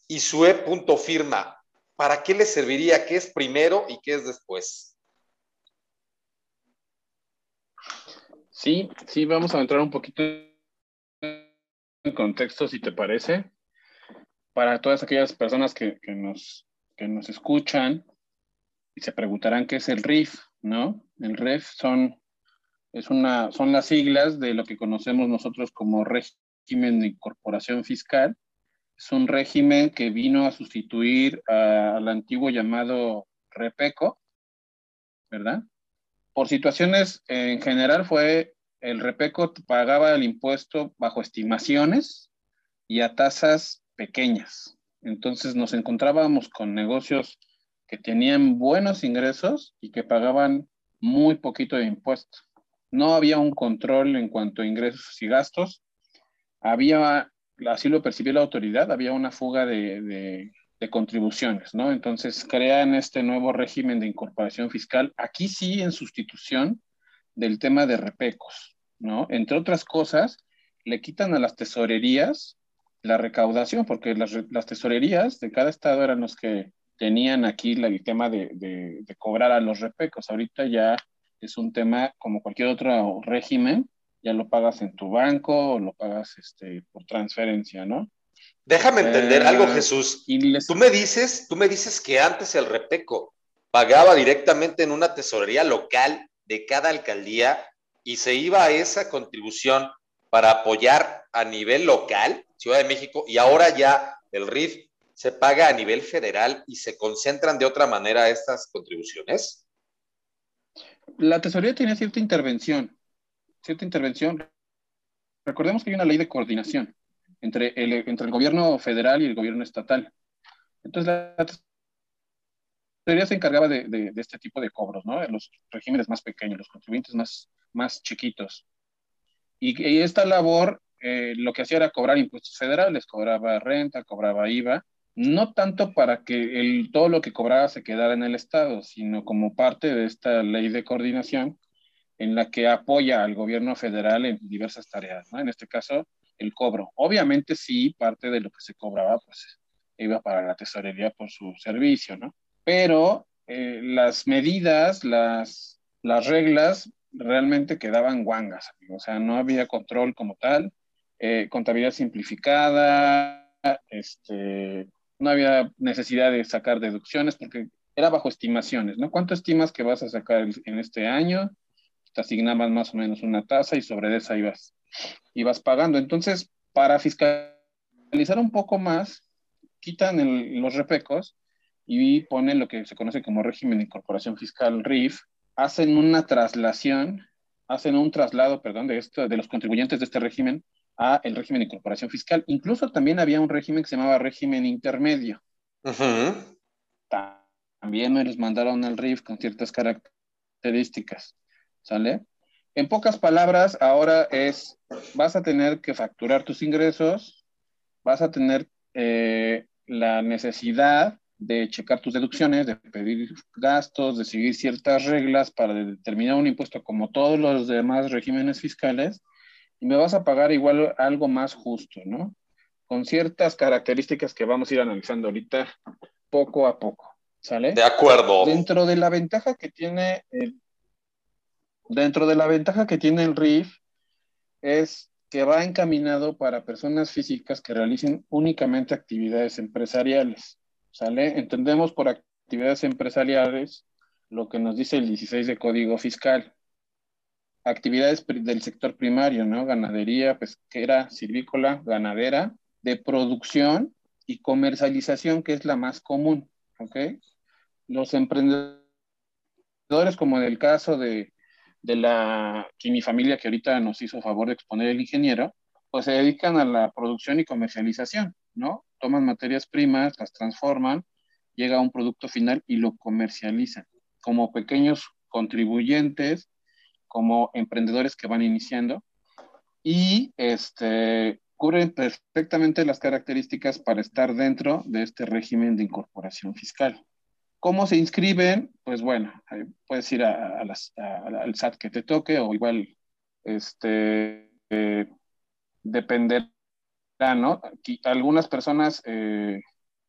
y su punto firma, ¿para qué le serviría? ¿Qué es primero y qué es después? Sí, sí, vamos a entrar un poquito en contexto, si te parece, para todas aquellas personas que nos escuchan y se preguntarán qué es el RIF, ¿no? El RIF son las siglas de lo que conocemos nosotros como régimen de incorporación fiscal. Es un régimen que vino a sustituir al antiguo llamado REPECO, ¿verdad? Por situaciones en general fue el REPECO pagaba el impuesto bajo estimaciones y a tasas pequeñas. Entonces nos encontrábamos con negocios que tenían buenos ingresos y que pagaban muy poquito de impuesto. No había un control en cuanto a ingresos y gastos. Había, así lo percibió la autoridad, había una fuga de contribuciones, ¿no? Entonces crean este nuevo régimen de incorporación fiscal, aquí sí en sustitución del tema de repecos, ¿no? Entre otras cosas, le quitan a las tesorerías la recaudación, porque las tesorerías de cada estado eran los que tenían aquí el tema de cobrar a los repecos. Ahorita ya es un tema como cualquier otro régimen, ya lo pagas en tu banco o lo pagas por transferencia, ¿no? Déjame entender algo, Jesús. Y les, Tú me dices que antes el Repeco pagaba directamente en una tesorería local de cada alcaldía y se iba a esa contribución para apoyar a nivel local, Ciudad de México, y ahora ya el RIF se paga a nivel federal y se concentran de otra manera estas contribuciones. la tesorería tenía cierta intervención. Recordemos que hay una ley de coordinación entre el gobierno federal y el gobierno estatal. Entonces, la teoría se encargaba de este tipo de cobros, ¿no? En los regímenes más pequeños, los contribuyentes más chiquitos. Y esta labor lo que hacía era cobrar impuestos federales, cobraba renta, cobraba IVA, no tanto para que todo lo que cobraba se quedara en el Estado, sino como parte de esta ley de coordinación en la que apoya al gobierno federal en diversas tareas, ¿no? En este caso, el cobro. Obviamente sí, parte de lo que se cobraba, pues iba para la tesorería por su servicio, ¿no? Pero las medidas, las reglas realmente quedaban guangas, amigo. O sea, no había control como tal, contabilidad simplificada, no había necesidad de sacar deducciones porque era bajo estimaciones, ¿no? ¿Cuánto estimas que vas a sacar en este año? Te asignaban más o menos una tasa y sobre esa ibas pagando. Entonces, para fiscalizar un poco más, quitan los repecos y ponen lo que se conoce como régimen de incorporación fiscal RIF, hacen una traslación, hacen un traslado, perdón, de los contribuyentes de este régimen a el régimen de incorporación fiscal. Incluso también había un régimen que se llamaba régimen intermedio. También me los mandaron al RIF con ciertas características, ¿sale? En pocas palabras, ahora vas a tener que facturar tus ingresos, vas a tener la necesidad de checar tus deducciones, de pedir gastos, de seguir ciertas reglas para determinar un impuesto como todos los demás regímenes fiscales, y me vas a pagar igual algo más justo, ¿no? Con ciertas características que vamos a ir analizando ahorita poco a poco, ¿sale? De acuerdo. Dentro de la ventaja que tiene el RIF es que va encaminado para personas físicas que realicen únicamente actividades empresariales, ¿sale? Entendemos por actividades empresariales lo que nos dice el 16 de Código Fiscal. Actividades del sector primario, ¿no? Ganadería, pesquera, silvícola, ganadera, de producción y comercialización, que es la más común, ¿ok? Los emprendedores, como en el caso de la quimifamilia que ahorita nos hizo favor de exponer el ingeniero, pues se dedican a la producción y comercialización, ¿no? Toman materias primas, las transforman, llega a un producto final y lo comercializan como pequeños contribuyentes, como emprendedores que van iniciando y cubren perfectamente las características para estar dentro de este régimen de incorporación fiscal. ¿Cómo se inscriben? Pues bueno, puedes ir al SAT que te toque o igual dependerá, ¿no? Aquí, algunas personas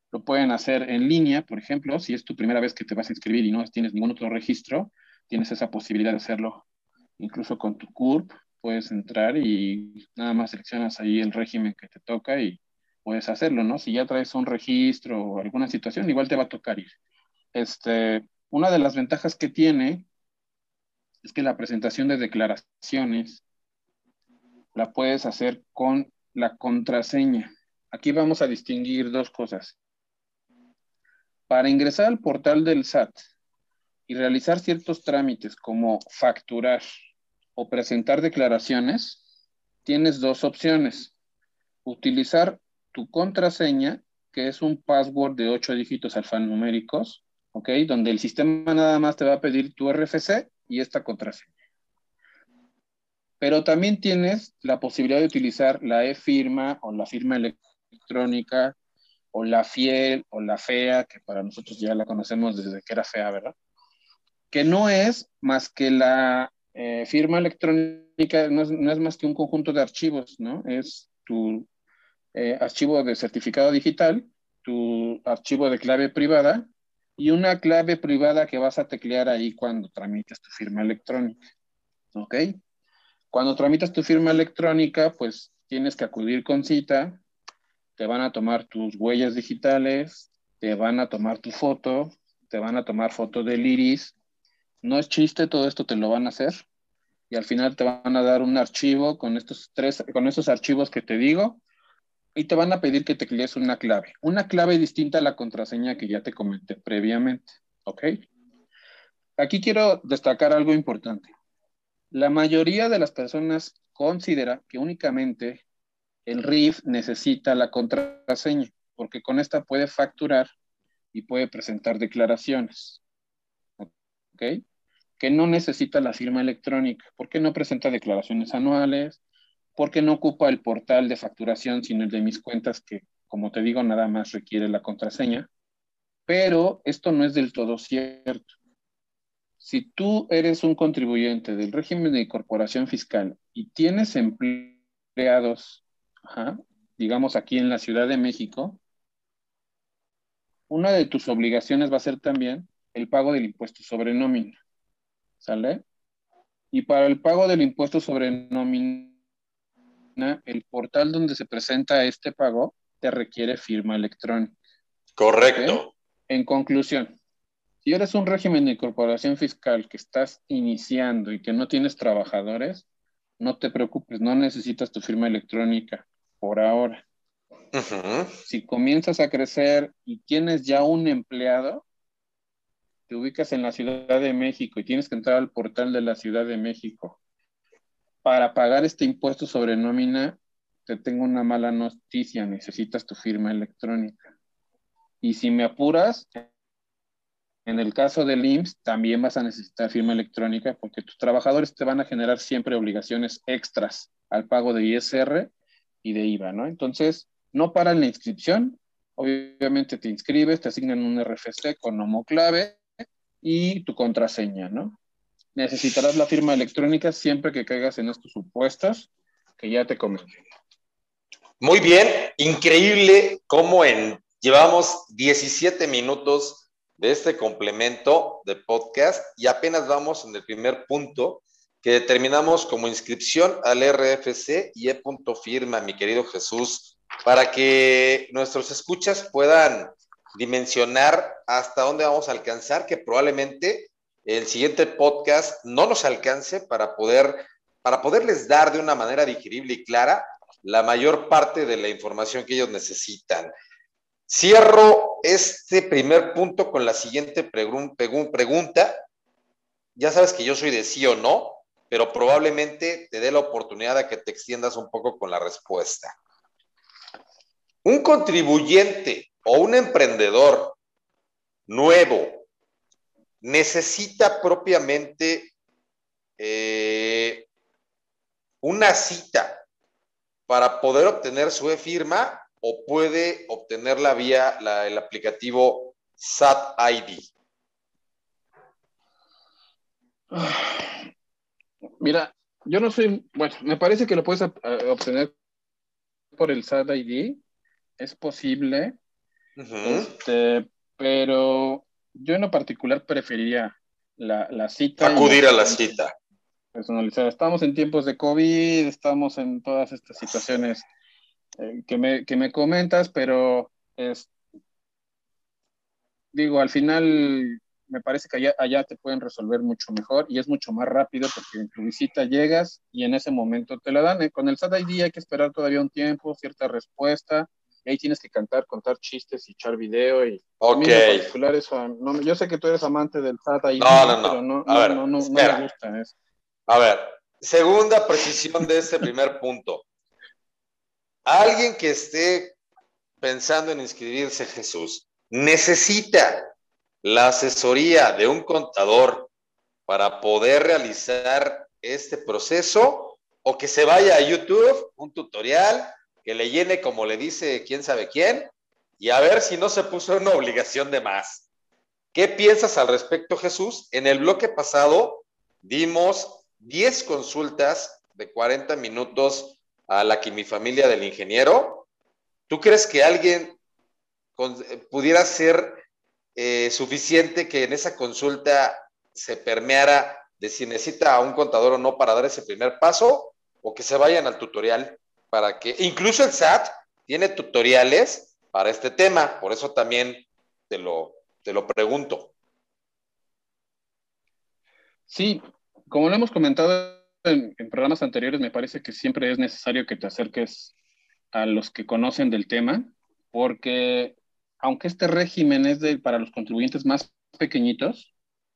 Lo pueden hacer en línea, por ejemplo, si es tu primera vez que te vas a inscribir y no tienes ningún otro registro, tienes esa posibilidad de hacerlo incluso con tu CURP. Puedes entrar y nada más seleccionas ahí el régimen que te toca y puedes hacerlo, ¿no? Si ya traes un registro o alguna situación, igual te va a tocar ir. Una de las ventajas que tiene es que la presentación de declaraciones la puedes hacer con la contraseña. Aquí vamos a distinguir dos cosas. Para ingresar al portal del SAT y realizar ciertos trámites como facturar o presentar declaraciones, tienes dos opciones. Utilizar tu contraseña, que es un password de 8 dígitos alfanuméricos, ¿ok? Donde el sistema nada más te va a pedir tu RFC y esta contraseña. Pero también tienes la posibilidad de utilizar la e-firma o la firma electrónica o la fiel o la fea, que para nosotros ya la conocemos desde que era fea, ¿verdad? Que no es más que la firma electrónica, no es más que un conjunto de archivos, ¿no? Es tu archivo de certificado digital, tu archivo de clave privada y una clave privada que vas a teclear ahí cuando tramites tu firma electrónica, ¿ok? Cuando tramitas tu firma electrónica, pues tienes que acudir con cita, te van a tomar tus huellas digitales, te van a tomar tu foto, te van a tomar foto del iris. No es chiste, todo esto te lo van a hacer y al final te van a dar un archivo con estos archivos que te digo y te van a pedir que teclees una clave distinta a la contraseña que ya te comenté previamente, ¿ok? Aquí quiero destacar algo importante. La mayoría de las personas considera que únicamente el RIF necesita la contraseña, porque con esta puede facturar y puede presentar declaraciones, ¿ok? Que no necesita la firma electrónica, porque no presenta declaraciones anuales, porque no ocupa el portal de facturación, sino el de mis cuentas, que, como te digo, nada más requiere la contraseña. Pero esto no es del todo cierto. Si tú eres un contribuyente del régimen de incorporación fiscal y tienes empleados, ajá, digamos aquí en la Ciudad de México, una de tus obligaciones va a ser también el pago del impuesto sobre nómina, ¿sale? Y para el pago del impuesto sobre nómina, el portal donde se presenta este pago te requiere firma electrónica. Correcto. ¿Ok? En conclusión, si eres un régimen de incorporación fiscal que estás iniciando y que no tienes trabajadores, no te preocupes, no necesitas tu firma electrónica por ahora. Si comienzas a crecer y tienes ya un empleado, te ubicas en la Ciudad de México y tienes que entrar al portal de la Ciudad de México para pagar este impuesto sobre nómina, te tengo una mala noticia, necesitas tu firma electrónica. Y si me apuras, en el caso del IMSS, también vas a necesitar firma electrónica porque tus trabajadores te van a generar siempre obligaciones extras al pago de ISR y de IVA, ¿no? Entonces, no paran la inscripción, obviamente te inscribes, te asignan un RFC con nomoclave y tu contraseña, ¿no? Necesitarás la firma electrónica siempre que caigas en estos supuestos que ya te comenté. Muy bien, increíble cómo llevamos 17 minutos de este complemento de podcast y apenas vamos en el primer punto que determinamos como inscripción al RFC y e.firma, mi querido Jesús, para que nuestros escuchas puedan dimensionar hasta dónde vamos a alcanzar, que probablemente el siguiente podcast no nos alcance para poderles dar de una manera digerible y clara la mayor parte de la información que ellos necesitan. Cierro este primer punto con la siguiente pregunta. Ya sabes que yo soy de sí o no, pero probablemente te dé la oportunidad de que te extiendas un poco con la respuesta. ¿Un contribuyente o un emprendedor nuevo necesita propiamente una cita para poder obtener su e-firma o puede obtenerla vía el aplicativo SAT ID? Mira, yo no soy, bueno, me parece que lo puedes obtener por el SAT ID, es posible, Pero yo en lo particular preferiría la cita y acudir a la cita personalizada. Estamos en tiempos de COVID, estamos en todas estas situaciones que me comentas, pero digo, al final me parece que allá te pueden resolver mucho mejor y es mucho más rápido porque en tu visita llegas y en ese momento te la dan. Con el SAT ID hay que esperar todavía un tiempo, cierta respuesta, y ahí tienes que contar chistes y echar video. Y a mí Ok. en lo particular eso, no, yo sé que tú eres amante del SAT ID, pero No. A ver, no me espera. gusta eso. A ver, segunda precisión de este primer punto. Alguien que esté pensando en inscribirse, Jesús, necesita la asesoría de un contador para poder realizar este proceso, o que se vaya a YouTube, un tutorial, que le llene como le dice quién sabe quién, y a ver si no se puso una obligación de más. ¿Qué piensas al respecto, Jesús? En el bloque pasado dimos 10 consultas de 40 minutos a la quimifamilia del ingeniero. ¿Tú crees que alguien pudiera ser suficiente que en esa consulta se permeara de si necesita a un contador o no para dar ese primer paso, o que se vayan al tutorial para que, incluso el SAT tiene tutoriales para este tema, por eso también te lo pregunto. Sí, como lo hemos comentado en programas anteriores, me parece que siempre es necesario que te acerques a los que conocen del tema, porque aunque este régimen es para los contribuyentes más pequeñitos,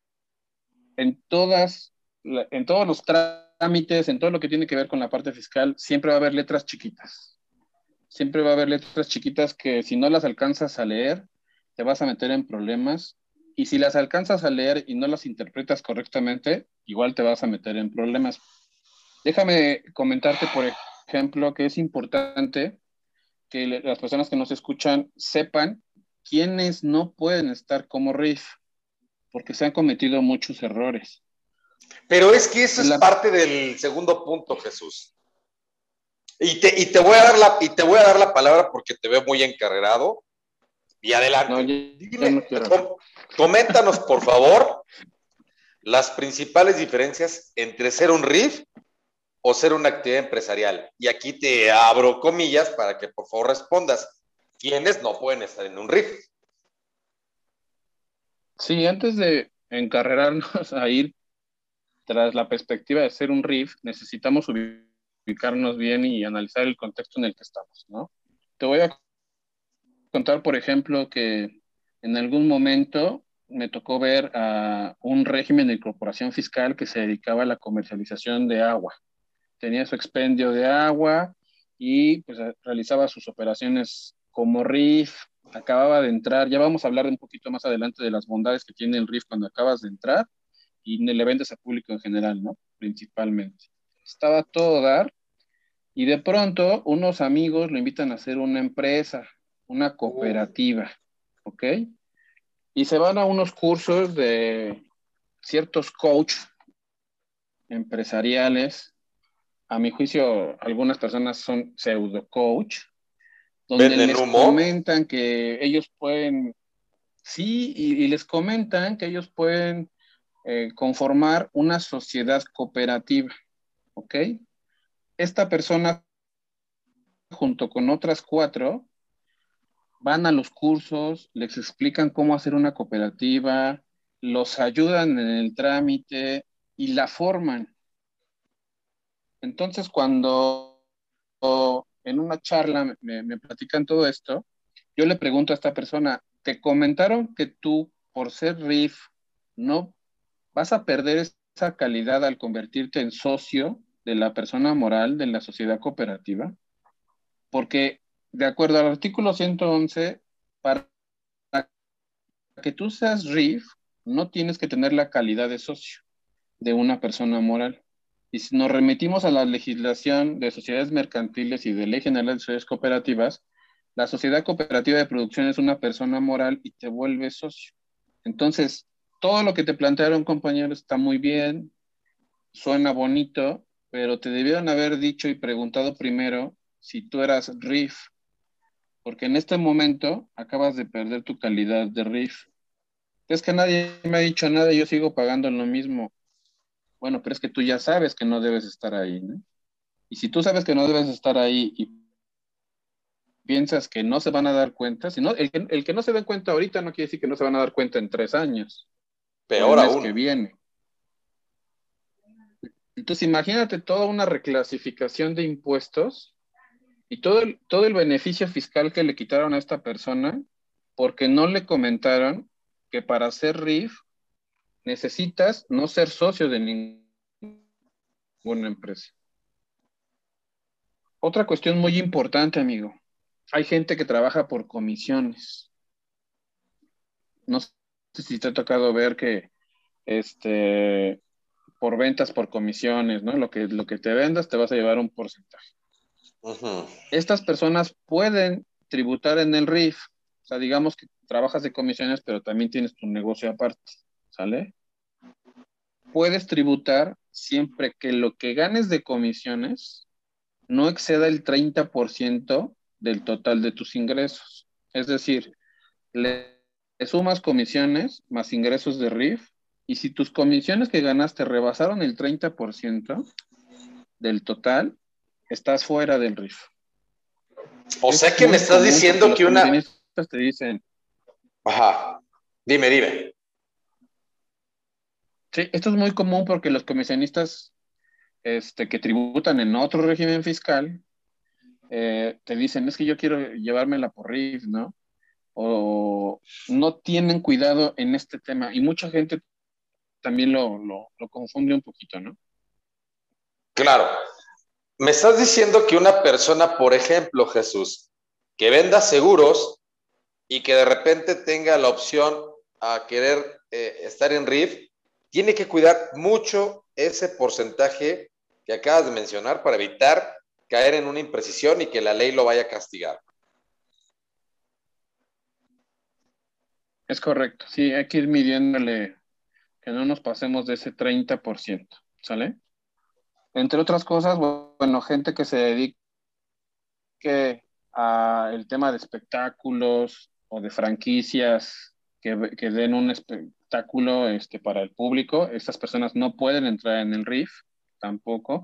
en todos los trámites, en todo lo que tiene que ver con la parte fiscal, siempre va a haber letras chiquitas. Siempre va a haber letras chiquitas que si no las alcanzas a leer, te vas a meter en problemas. Y si las alcanzas a leer y no las interpretas correctamente, igual te vas a meter en problemas. Déjame comentarte, por ejemplo, que es importante que las personas que nos escuchan sepan quiénes no pueden estar como RIF, porque se han cometido muchos errores. Pero es que eso es parte del segundo punto, Jesús. Y te voy a dar la palabra porque te veo muy encarregado. Y adelante. No quiero. Coméntanos, por favor, las principales diferencias entre ser un RIF o ser una actividad empresarial. Y aquí te abro comillas para que por favor respondas. ¿Quiénes no pueden estar en un RIF? Sí, antes de encarrerarnos a ir tras la perspectiva de ser un RIF, necesitamos ubicarnos bien y analizar el contexto en el que estamos, ¿no? Te voy a contar, por ejemplo, que en algún momento me tocó ver a un régimen de incorporación fiscal que se dedicaba a la comercialización de agua. Tenía su expendio de agua y pues realizaba sus operaciones como RIF, acababa de entrar, ya vamos a hablar un poquito más adelante de las bondades que tiene el RIF cuando acabas de entrar y le vendes a público en general, ¿no? Principalmente. Estaba a todo dar y de pronto unos amigos lo invitan a hacer una empresa, una cooperativa, ¿ok? Y se van a unos cursos de ciertos coach empresariales. A mi juicio, algunas personas son pseudo coach, donde ¿Venden les humo? comentan que ellos pueden, sí, y les comentan que ellos pueden conformar una sociedad cooperativa, ¿ok? Esta persona, junto con otras 4, van a los cursos, les explican cómo hacer una cooperativa, los ayudan en el trámite y la forman. Entonces, cuando en una charla me platican todo esto, yo le pregunto a esta persona, ¿te comentaron que tú, por ser RIF, no vas a perder esa calidad al convertirte en socio de la persona moral de la sociedad cooperativa? Porque, de acuerdo al artículo 111, para que tú seas RIF, no tienes que tener la calidad de socio de una persona moral. Y si nos remitimos a la legislación de sociedades mercantiles y de ley general de sociedades cooperativas, la sociedad cooperativa de producción es una persona moral y te vuelve socio. Entonces, todo lo que te plantearon, compañeros, está muy bien, suena bonito, pero te debieron haber dicho y preguntado primero si tú eras RIF. porque en este momento acabas de perder tu calidad de RIF. Es que nadie me ha dicho nada y yo sigo pagando lo mismo. Bueno, pero es que tú ya sabes que no debes estar ahí, ¿no? Y si tú sabes que no debes estar ahí y piensas que no se van a dar cuenta, si no, el que no se den cuenta ahorita no quiere decir que no se van a dar cuenta en 3 años o el Peor mes que aún. viene. Entonces imagínate toda una reclasificación de impuestos y todo el beneficio fiscal que le quitaron a esta persona porque no le comentaron que para hacer RIF necesitas no ser socio de ninguna empresa. Otra cuestión muy importante, amigo. Hay gente que trabaja por comisiones. No sé si te ha tocado ver que por ventas por comisiones, ¿no? Lo que te vendas te vas a llevar un porcentaje. Ujú. Estas personas pueden tributar en el RIF. O sea, digamos que trabajas de comisiones, pero también tienes tu negocio aparte, ¿sale? Puedes tributar siempre que lo que ganes de comisiones no exceda el 30% del total de tus ingresos. Es decir, le sumas comisiones más ingresos de RIF y si tus comisiones que ganaste rebasaron el 30% del total, estás fuera del RIF. O sea Es que me muy estás común porque diciendo los que una... comisionistas te dicen, Ajá, dime. sí, esto es muy común porque los comisionistas que tributan en otro régimen fiscal te dicen, es que yo quiero llevármela por RIF, ¿no? O no tienen cuidado en este tema y mucha gente también lo confunde un poquito, ¿no? Claro, me estás diciendo que una persona, por ejemplo, Jesús, que venda seguros y que de repente tenga la opción a querer estar en RIF, tiene que cuidar mucho ese porcentaje que acabas de mencionar para evitar caer en una imprecisión y que la ley lo vaya a castigar. Es correcto, sí, hay que ir midiéndole que no nos pasemos de ese 30%, ¿sale? Entre otras cosas, bueno, gente que se dedique al tema de espectáculos o de franquicias que den un espectáculo para el público, estas personas no pueden entrar en el RIF tampoco.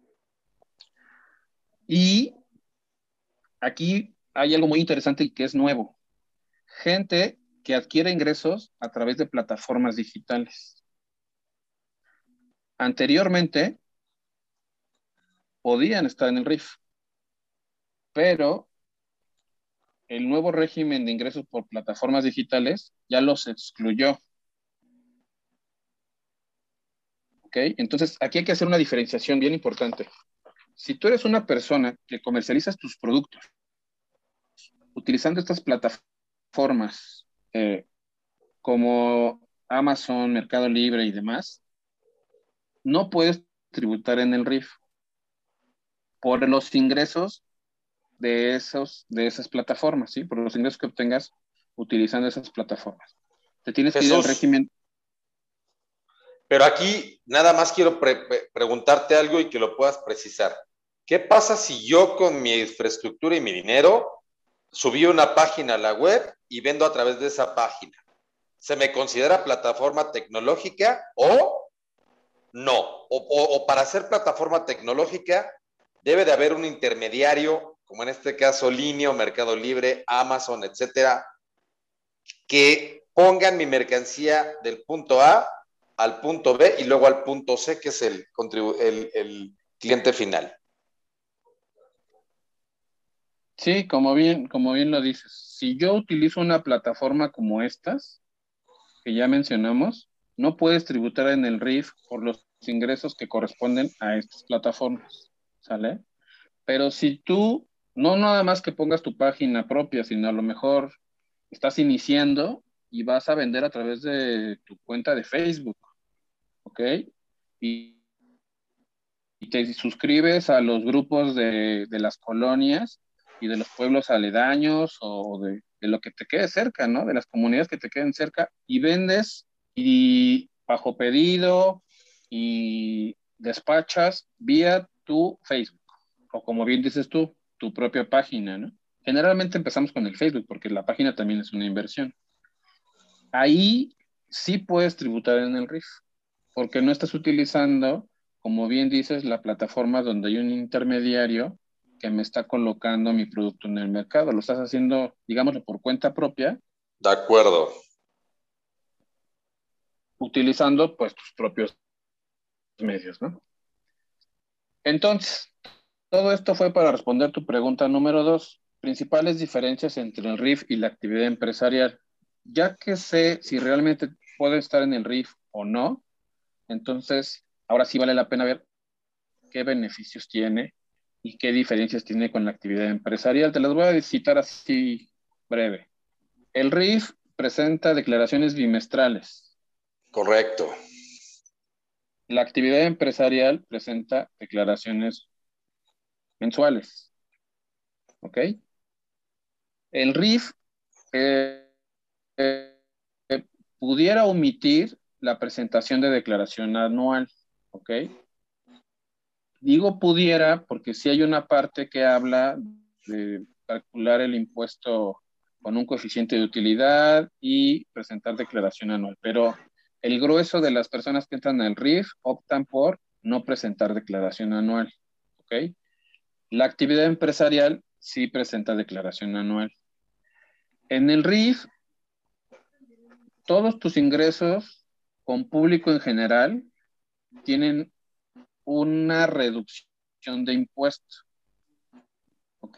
Y aquí hay algo muy interesante y que es nuevo. Gente que adquiere ingresos a través de plataformas digitales. Anteriormente podían estar en el RIF, pero el nuevo régimen de ingresos por plataformas digitales ya los excluyó. ¿Ok? Entonces, aquí hay que hacer una diferenciación bien importante. Si tú eres una persona que comercializas tus productos utilizando estas plataformas como Amazon, Mercado Libre y demás, no puedes tributar en el RIF por los ingresos de esas plataformas, ¿sí? Por los ingresos que obtengas utilizando esas plataformas. Te tienes que ir al Jesús, régimen. pero aquí nada más quiero preguntarte algo y que lo puedas precisar. ¿Qué pasa si yo con mi infraestructura y mi dinero subí una página a la web y vendo a través de esa página? ¿Se me considera plataforma tecnológica o no? O para ser plataforma tecnológica debe de haber un intermediario, como en este caso Linio, Mercado Libre, Amazon, etcétera, que pongan mi mercancía del punto A al punto B y luego al punto C, que es el cliente final. Sí, como bien lo dices. Si yo utilizo una plataforma como estas, que ya mencionamos, no puedes tributar en el RIF por los ingresos que corresponden a estas plataformas, ¿sale? Pero si tú, no nada más que pongas tu página propia, sino a lo mejor estás iniciando y vas a vender a través de tu cuenta de Facebook, ¿ok? Y, y te suscribes a los grupos de las colonias y de los pueblos aledaños o de lo que te quede cerca, ¿no? De las comunidades que te queden cerca y vendes y bajo pedido y despachas vía tu Facebook o como bien dices tú, tu propia página, ¿no? Generalmente empezamos con el Facebook porque la página también es una inversión. Ahí sí puedes tributar en el RIF, porque no estás utilizando, como bien dices, la plataforma donde hay un intermediario que me está colocando mi producto en el mercado. Lo estás haciendo, digámoslo, por cuenta propia, De acuerdo. utilizando pues tus propios medios, ¿no? Entonces, todo esto fue para responder tu pregunta número 2, principales diferencias entre el RIF y la actividad empresarial. Ya que sé si realmente puedo estar en el RIF o no, entonces ahora sí vale la pena ver qué beneficios tiene y qué diferencias tiene con la actividad empresarial. Te las voy a citar así breve. El RIF presenta declaraciones bimestrales. Correcto. La actividad empresarial presenta declaraciones mensuales. ¿Ok? El RIF eh, eh, pudiera omitir la presentación de declaración anual. ¿Ok? Digo pudiera porque sí hay una parte que habla de calcular el impuesto con un coeficiente de utilidad y presentar declaración anual, pero el grueso de las personas que entran al RIF optan por no presentar declaración anual, ¿ok? La actividad empresarial sí presenta declaración anual. En el RIF, todos tus ingresos con público en general tienen una reducción de impuesto, ¿ok?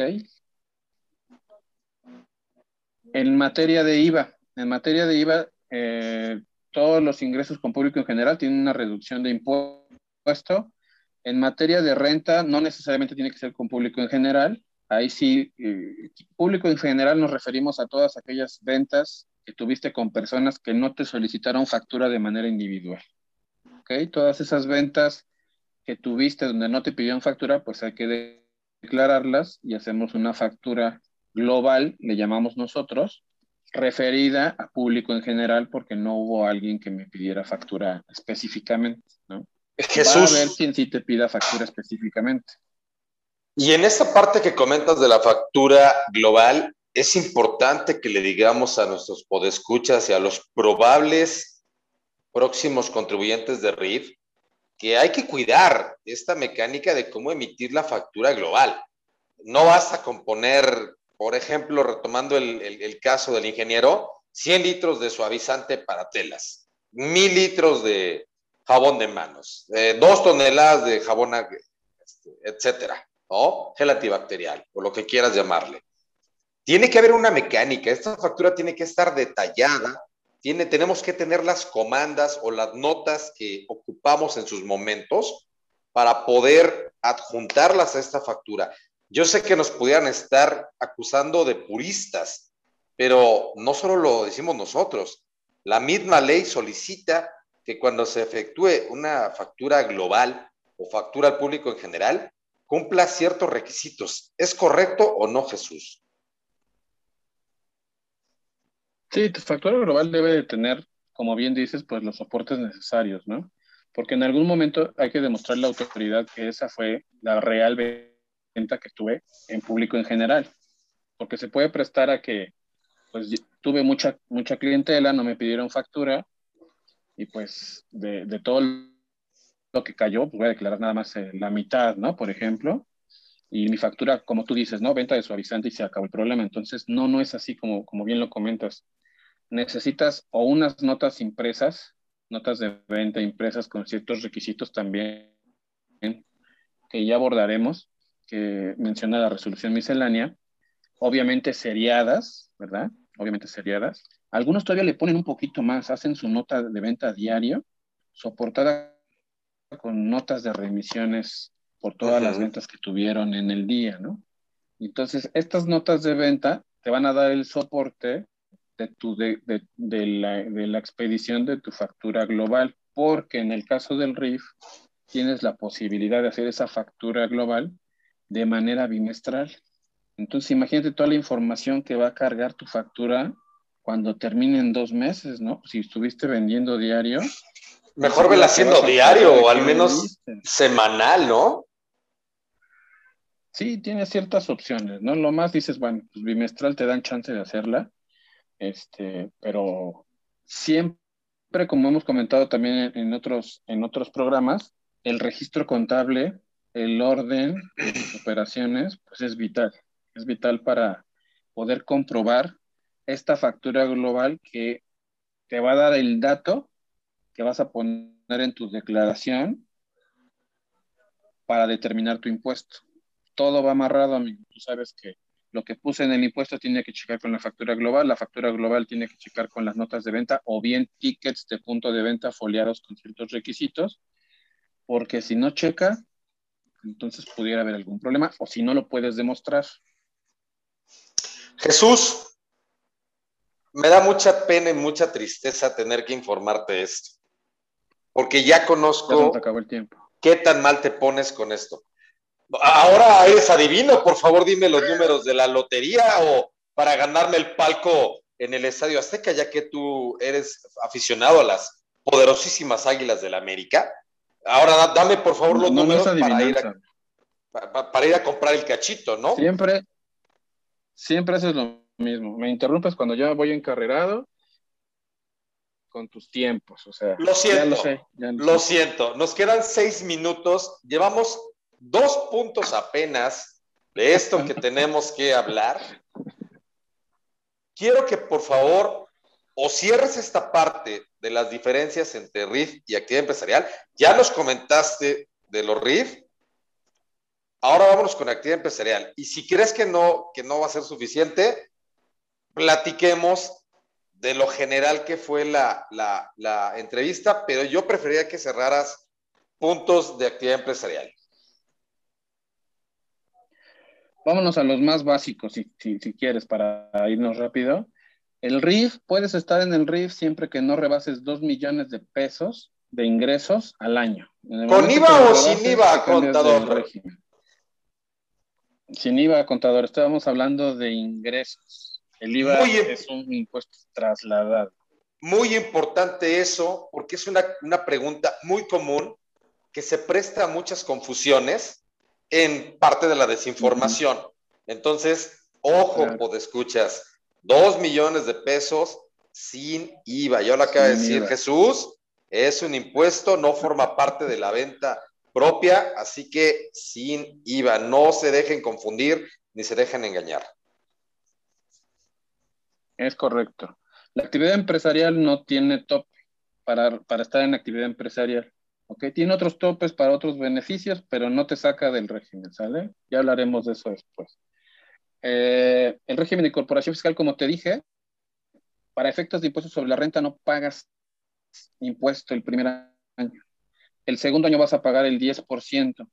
En materia de IVA, todos los ingresos con público en general tienen una reducción de impuesto. En materia de renta, no necesariamente tiene que ser con público en general. Ahí sí, público en general nos referimos a todas aquellas ventas que tuviste con personas que no te solicitaron factura de manera individual. ¿Ok? Todas esas ventas que tuviste donde no te pidieron factura, pues hay que declararlas y hacemos una factura global, le llamamos nosotros, referida a público en general porque no hubo alguien que me pidiera factura específicamente, ¿no? Va a haber Jesús, quien sí te pida factura específicamente. y en esta parte que comentas de la factura global, es importante que le digamos a nuestros podescuchas y a los probables próximos contribuyentes de RIF que hay que cuidar esta mecánica de cómo emitir la factura global. No basta con poner, por ejemplo, retomando el caso del ingeniero, 100 litros de suavizante para telas, 1000 litros de jabón de manos, 2 toneladas de jabón, etcétera, ¿no? Gel antibacterial, o lo que quieras llamarle. Tiene que haber una mecánica, esta factura tiene que estar detallada, tenemos que tener las comandas o las notas que ocupamos en sus momentos para poder adjuntarlas a esta factura. Yo sé que nos pudieran estar acusando de puristas, pero no solo lo decimos nosotros, la misma ley solicita que cuando se efectúe una factura global o factura al público en general, cumpla ciertos requisitos. ¿Es correcto o no, Jesús? Sí, tu factura global debe de tener, como bien dices, pues los soportes necesarios, ¿no? Porque en algún momento hay que demostrar a la autoridad que esa fue la real venta que tuve en público en general, porque se puede prestar a que pues tuve mucha clientela, no me pidieron factura y pues de todo lo que cayó, pues voy a declarar nada más la mitad, ¿no? Por ejemplo, y mi factura, como tú dices, ¿no? Venta de suavizante y se acabó el problema. Entonces, no es así como bien lo comentas. Necesitas o unas notas impresas, notas de venta impresas con ciertos requisitos también que ya abordaremos, que menciona la resolución miscelánea, obviamente seriadas, ¿verdad? Obviamente seriadas. Algunos todavía le ponen un poquito más, hacen su nota de venta diario, soportada con notas de remisiones por todas las ventas que tuvieron en el día, ¿no? Entonces, estas notas de venta te van a dar el soporte de la expedición de tu factura global, porque en el caso del RIF tienes la posibilidad de hacer esa factura global de manera bimestral. Entonces, imagínate toda la información que va a cargar tu factura cuando termine en 2 meses, ¿no? Si estuviste vendiendo diario, Mejor vela enseguida te haciendo vas a diario acordar de o al qué menos vendiste. semanal, ¿no? Sí, tiene ciertas opciones, ¿no? Lo más dices, bueno, pues bimestral te dan chance de hacerla, pero siempre, como hemos comentado también en otros programas, el registro contable, el orden de tus operaciones, pues es vital para poder comprobar esta factura global que te va a dar el dato que vas a poner en tu declaración para determinar tu impuesto. Todo va amarrado, amigo. Tú sabes que lo que puse en el impuesto tiene que checar con la factura global tiene que checar con las notas de venta o bien tickets de punto de venta foliados con ciertos requisitos, porque si no checa, entonces pudiera haber algún problema o si no lo puedes demostrar. Jesús, me da mucha pena y mucha tristeza tener que informarte esto, porque ya Ya se nos conozco acabó el tiempo. qué tan mal te pones con esto. Ahora eres adivino, por favor dime los números de la lotería o para ganarme el palco en el Estadio Azteca, ya que tú eres aficionado a las poderosísimas Águilas del la América. Ahora dame por favor los No es números adivinanza. para ir a comprar el cachito, ¿no? Siempre haces lo mismo. Me interrumpes cuando yo voy encarrerado con tus tiempos, o sea, Lo ya lo siento, sé, ya lo lo sé. siento. Nos quedan 6 minutos. Llevamos 2 puntos apenas de esto que tenemos que hablar. Quiero que por favor o cierres esta parte de las diferencias entre RIF y actividad empresarial. Ya nos comentaste de los RIF. Ahora vámonos con actividad empresarial. Y si crees que no va a ser suficiente, platiquemos de lo general que fue la entrevista, pero yo preferiría que cerraras puntos de actividad empresarial. Vámonos a los más básicos, si quieres, para irnos rápido. El RIF, puedes estar en el RIF siempre que no rebases 2 millones de pesos de ingresos al año. En el ¿Con momento que IVA lo o sin rebases, te IVA, cambias de contador? régimen. Sin IVA, contador, estábamos hablando de ingresos. El IVA Muy, es un impuesto trasladado. muy importante eso, porque es una pregunta muy común que se presta a muchas confusiones en parte de la desinformación. Entonces, ojo, Claro, podescuchas, 2 millones de pesos sin IVA. Ya lo acaba de sin decir IVA. Jesús, es un impuesto, no forma parte de la venta propia, así que sin IVA. No se dejen confundir ni se dejen engañar. Es correcto. La actividad empresarial no tiene tope para estar en actividad empresarial. ¿Ok? Tiene otros topes para otros beneficios, pero no te saca del régimen, ¿sale? Ya hablaremos de eso después. El régimen de incorporación fiscal, como te dije, para efectos de impuestos sobre la renta no pagas impuesto el primer año. El segundo año vas a pagar el 10%.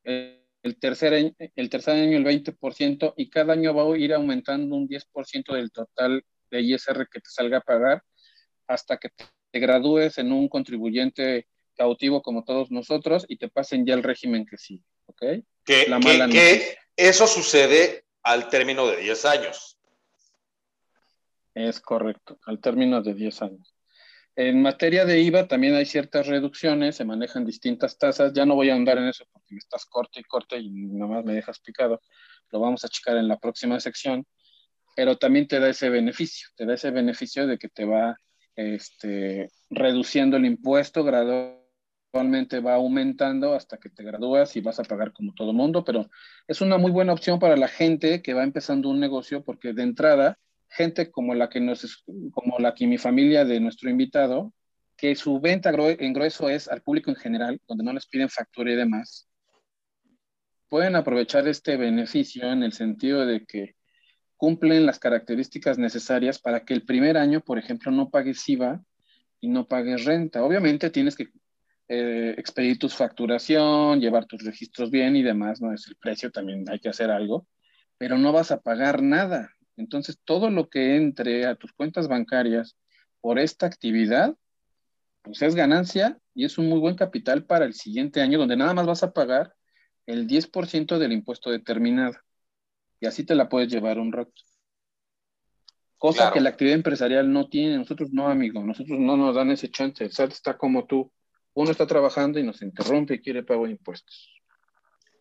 El tercer año el 20% y cada año va a ir aumentando un 10% del total de ISR que te salga a pagar hasta que te gradúes en un contribuyente cautivo como todos nosotros y te pasen ya el régimen que sigue, ¿ok? Es la mala noticia. Que eso sucede al término de 10 años. Es correcto, al término de 10 años. En materia de IVA también hay ciertas reducciones, se manejan distintas tasas. Ya no voy a andar en eso porque me estás corte y corte y nomás me dejas picado. Lo vamos a checar en la próxima sección, pero también te da ese beneficio de que te va reduciendo el impuesto gradualmente, va aumentando hasta que te gradúas y vas a pagar como todo mundo, pero es una muy buena opción para la gente que va empezando un negocio porque de entrada, gente como la que mi familia de nuestro invitado, que su venta en grueso es al público en general, donde no les piden factura y demás, pueden aprovechar este beneficio en el sentido de que cumplen las características necesarias para que el primer año, por ejemplo, no pagues IVA y no pagues renta. Obviamente tienes que expedir tu facturación, llevar tus registros bien y demás, no es el precio, también hay que hacer algo, pero no vas a pagar nada. Entonces, todo lo que entre a tus cuentas bancarias por esta actividad, pues es ganancia y es un muy buen capital para el siguiente año, donde nada más vas a pagar el 10% del impuesto determinado. Y así te la puedes llevar un rato. Cosa Claro. que la actividad empresarial no tiene. Nosotros no, amigo. Nosotros no nos dan ese chance. El SAT está como tú. Uno está trabajando y nos interrumpe y quiere pago de impuestos.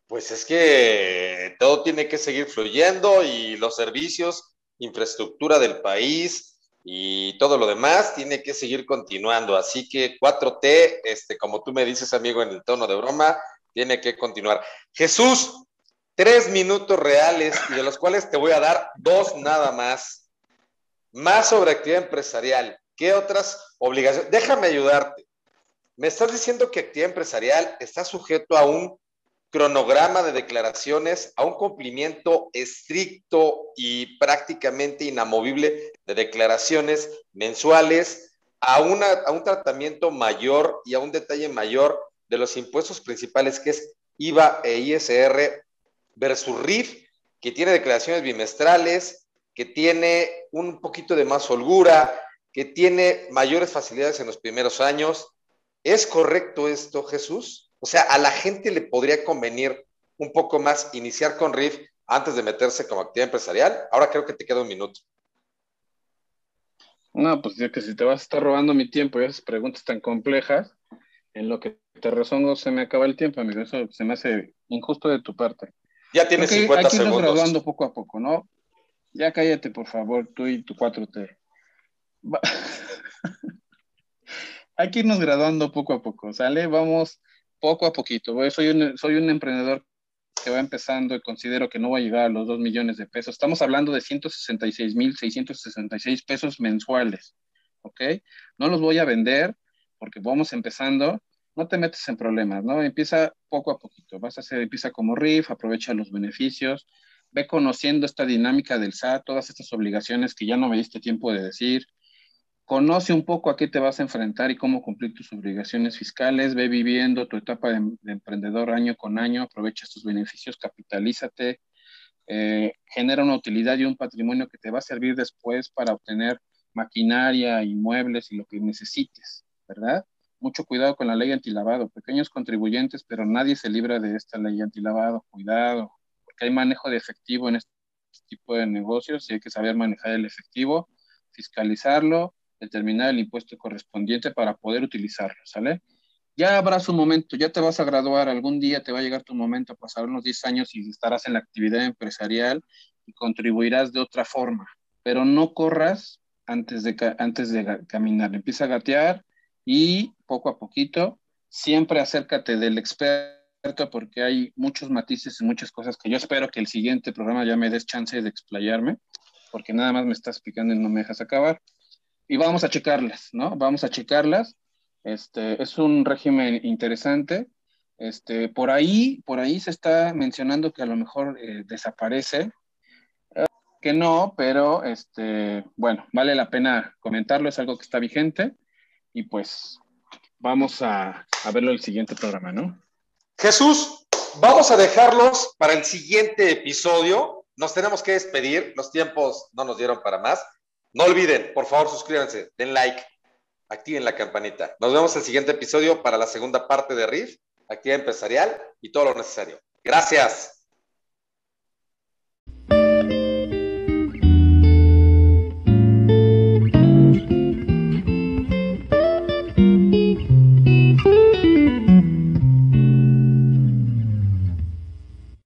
Pues es que todo tiene que seguir fluyendo y los servicios, infraestructura del país y todo lo demás tiene que seguir continuando. Así que 4T, como tú me dices, amigo, en el tono de broma, tiene que continuar. Jesús, 3 minutos reales y de los cuales te voy a dar 2 nada más. Más sobre actividad empresarial. ¿Qué otras obligaciones? Déjame ayudarte. Me estás diciendo que actividad empresarial está sujeto a un cronograma de declaraciones, a un cumplimiento estricto y prácticamente inamovible de declaraciones mensuales, a un tratamiento mayor y a un detalle mayor de los impuestos principales, que es IVA e ISR versus RIF, que tiene declaraciones bimestrales, que tiene un poquito de más holgura, que tiene mayores facilidades en los primeros años. ¿Es correcto esto, Jesús? O sea, a la gente le podría convenir un poco más iniciar con RIF antes de meterse como actividad empresarial. Ahora creo que te queda un minuto. No, pues ya que si te vas a estar robando mi tiempo y esas preguntas tan complejas, en lo que te resuelvo se me acaba el tiempo, amigo. Eso se me hace injusto de tu parte. Ya Creo tienes que 50 hay que irnos segundos. graduando poco a poco, ¿no? Ya cállate, por favor, tú y tu 4T. Hay que irnos graduando poco a poco, ¿sale? Vamos poco a poquito. Soy un emprendedor que va empezando y considero que no va a llegar a los 2 millones de pesos. Estamos hablando de 166,666 pesos mensuales, ¿ok? No los voy a vender porque vamos empezando. No te metes en problemas, ¿no? Empieza poco a poquito. Empieza como RIF, aprovecha los beneficios, ve conociendo esta dinámica del SAT, todas estas obligaciones que ya no me diste tiempo de decir. Conoce un poco a qué te vas a enfrentar y cómo cumplir tus obligaciones fiscales. Ve viviendo tu etapa de emprendedor año con año. Aprovecha estos beneficios, capitalízate, genera una utilidad y un patrimonio que te va a servir después para obtener maquinaria, inmuebles y lo que necesites, ¿verdad? Mucho cuidado con la ley antilavado. Pequeños contribuyentes, pero nadie se libra de esta ley antilavado. Cuidado, porque hay manejo de efectivo en este tipo de negocios y hay que saber manejar el efectivo, fiscalizarlo, determinar el impuesto correspondiente para poder utilizarlo, ¿sale? Ya habrá su momento, ya te vas a graduar, algún día te va a llegar tu momento, pasar unos 10 años y estarás en la actividad empresarial y contribuirás de otra forma, pero no corras antes de caminar, empieza a gatear y poco a poquito, siempre acércate del experto porque hay muchos matices y muchas cosas que yo espero que el siguiente programa ya me des chance de explayarme, porque nada más me estás explicando y no me dejas acabar y vamos a checarlas, ¿no? Vamos a checarlas. Es un régimen interesante. Por ahí se está mencionando que a lo mejor desaparece, que no, pero bueno, vale la pena comentarlo, es algo que está vigente y pues vamos a verlo en el siguiente programa, ¿no? Jesús, vamos a dejarlos para el siguiente episodio. Nos tenemos que despedir, los tiempos no nos dieron para más. No olviden, por favor, suscríbanse, den like, activen la campanita. Nos vemos en el siguiente episodio para la segunda parte de RIF, actividad empresarial y todo lo necesario. Gracias.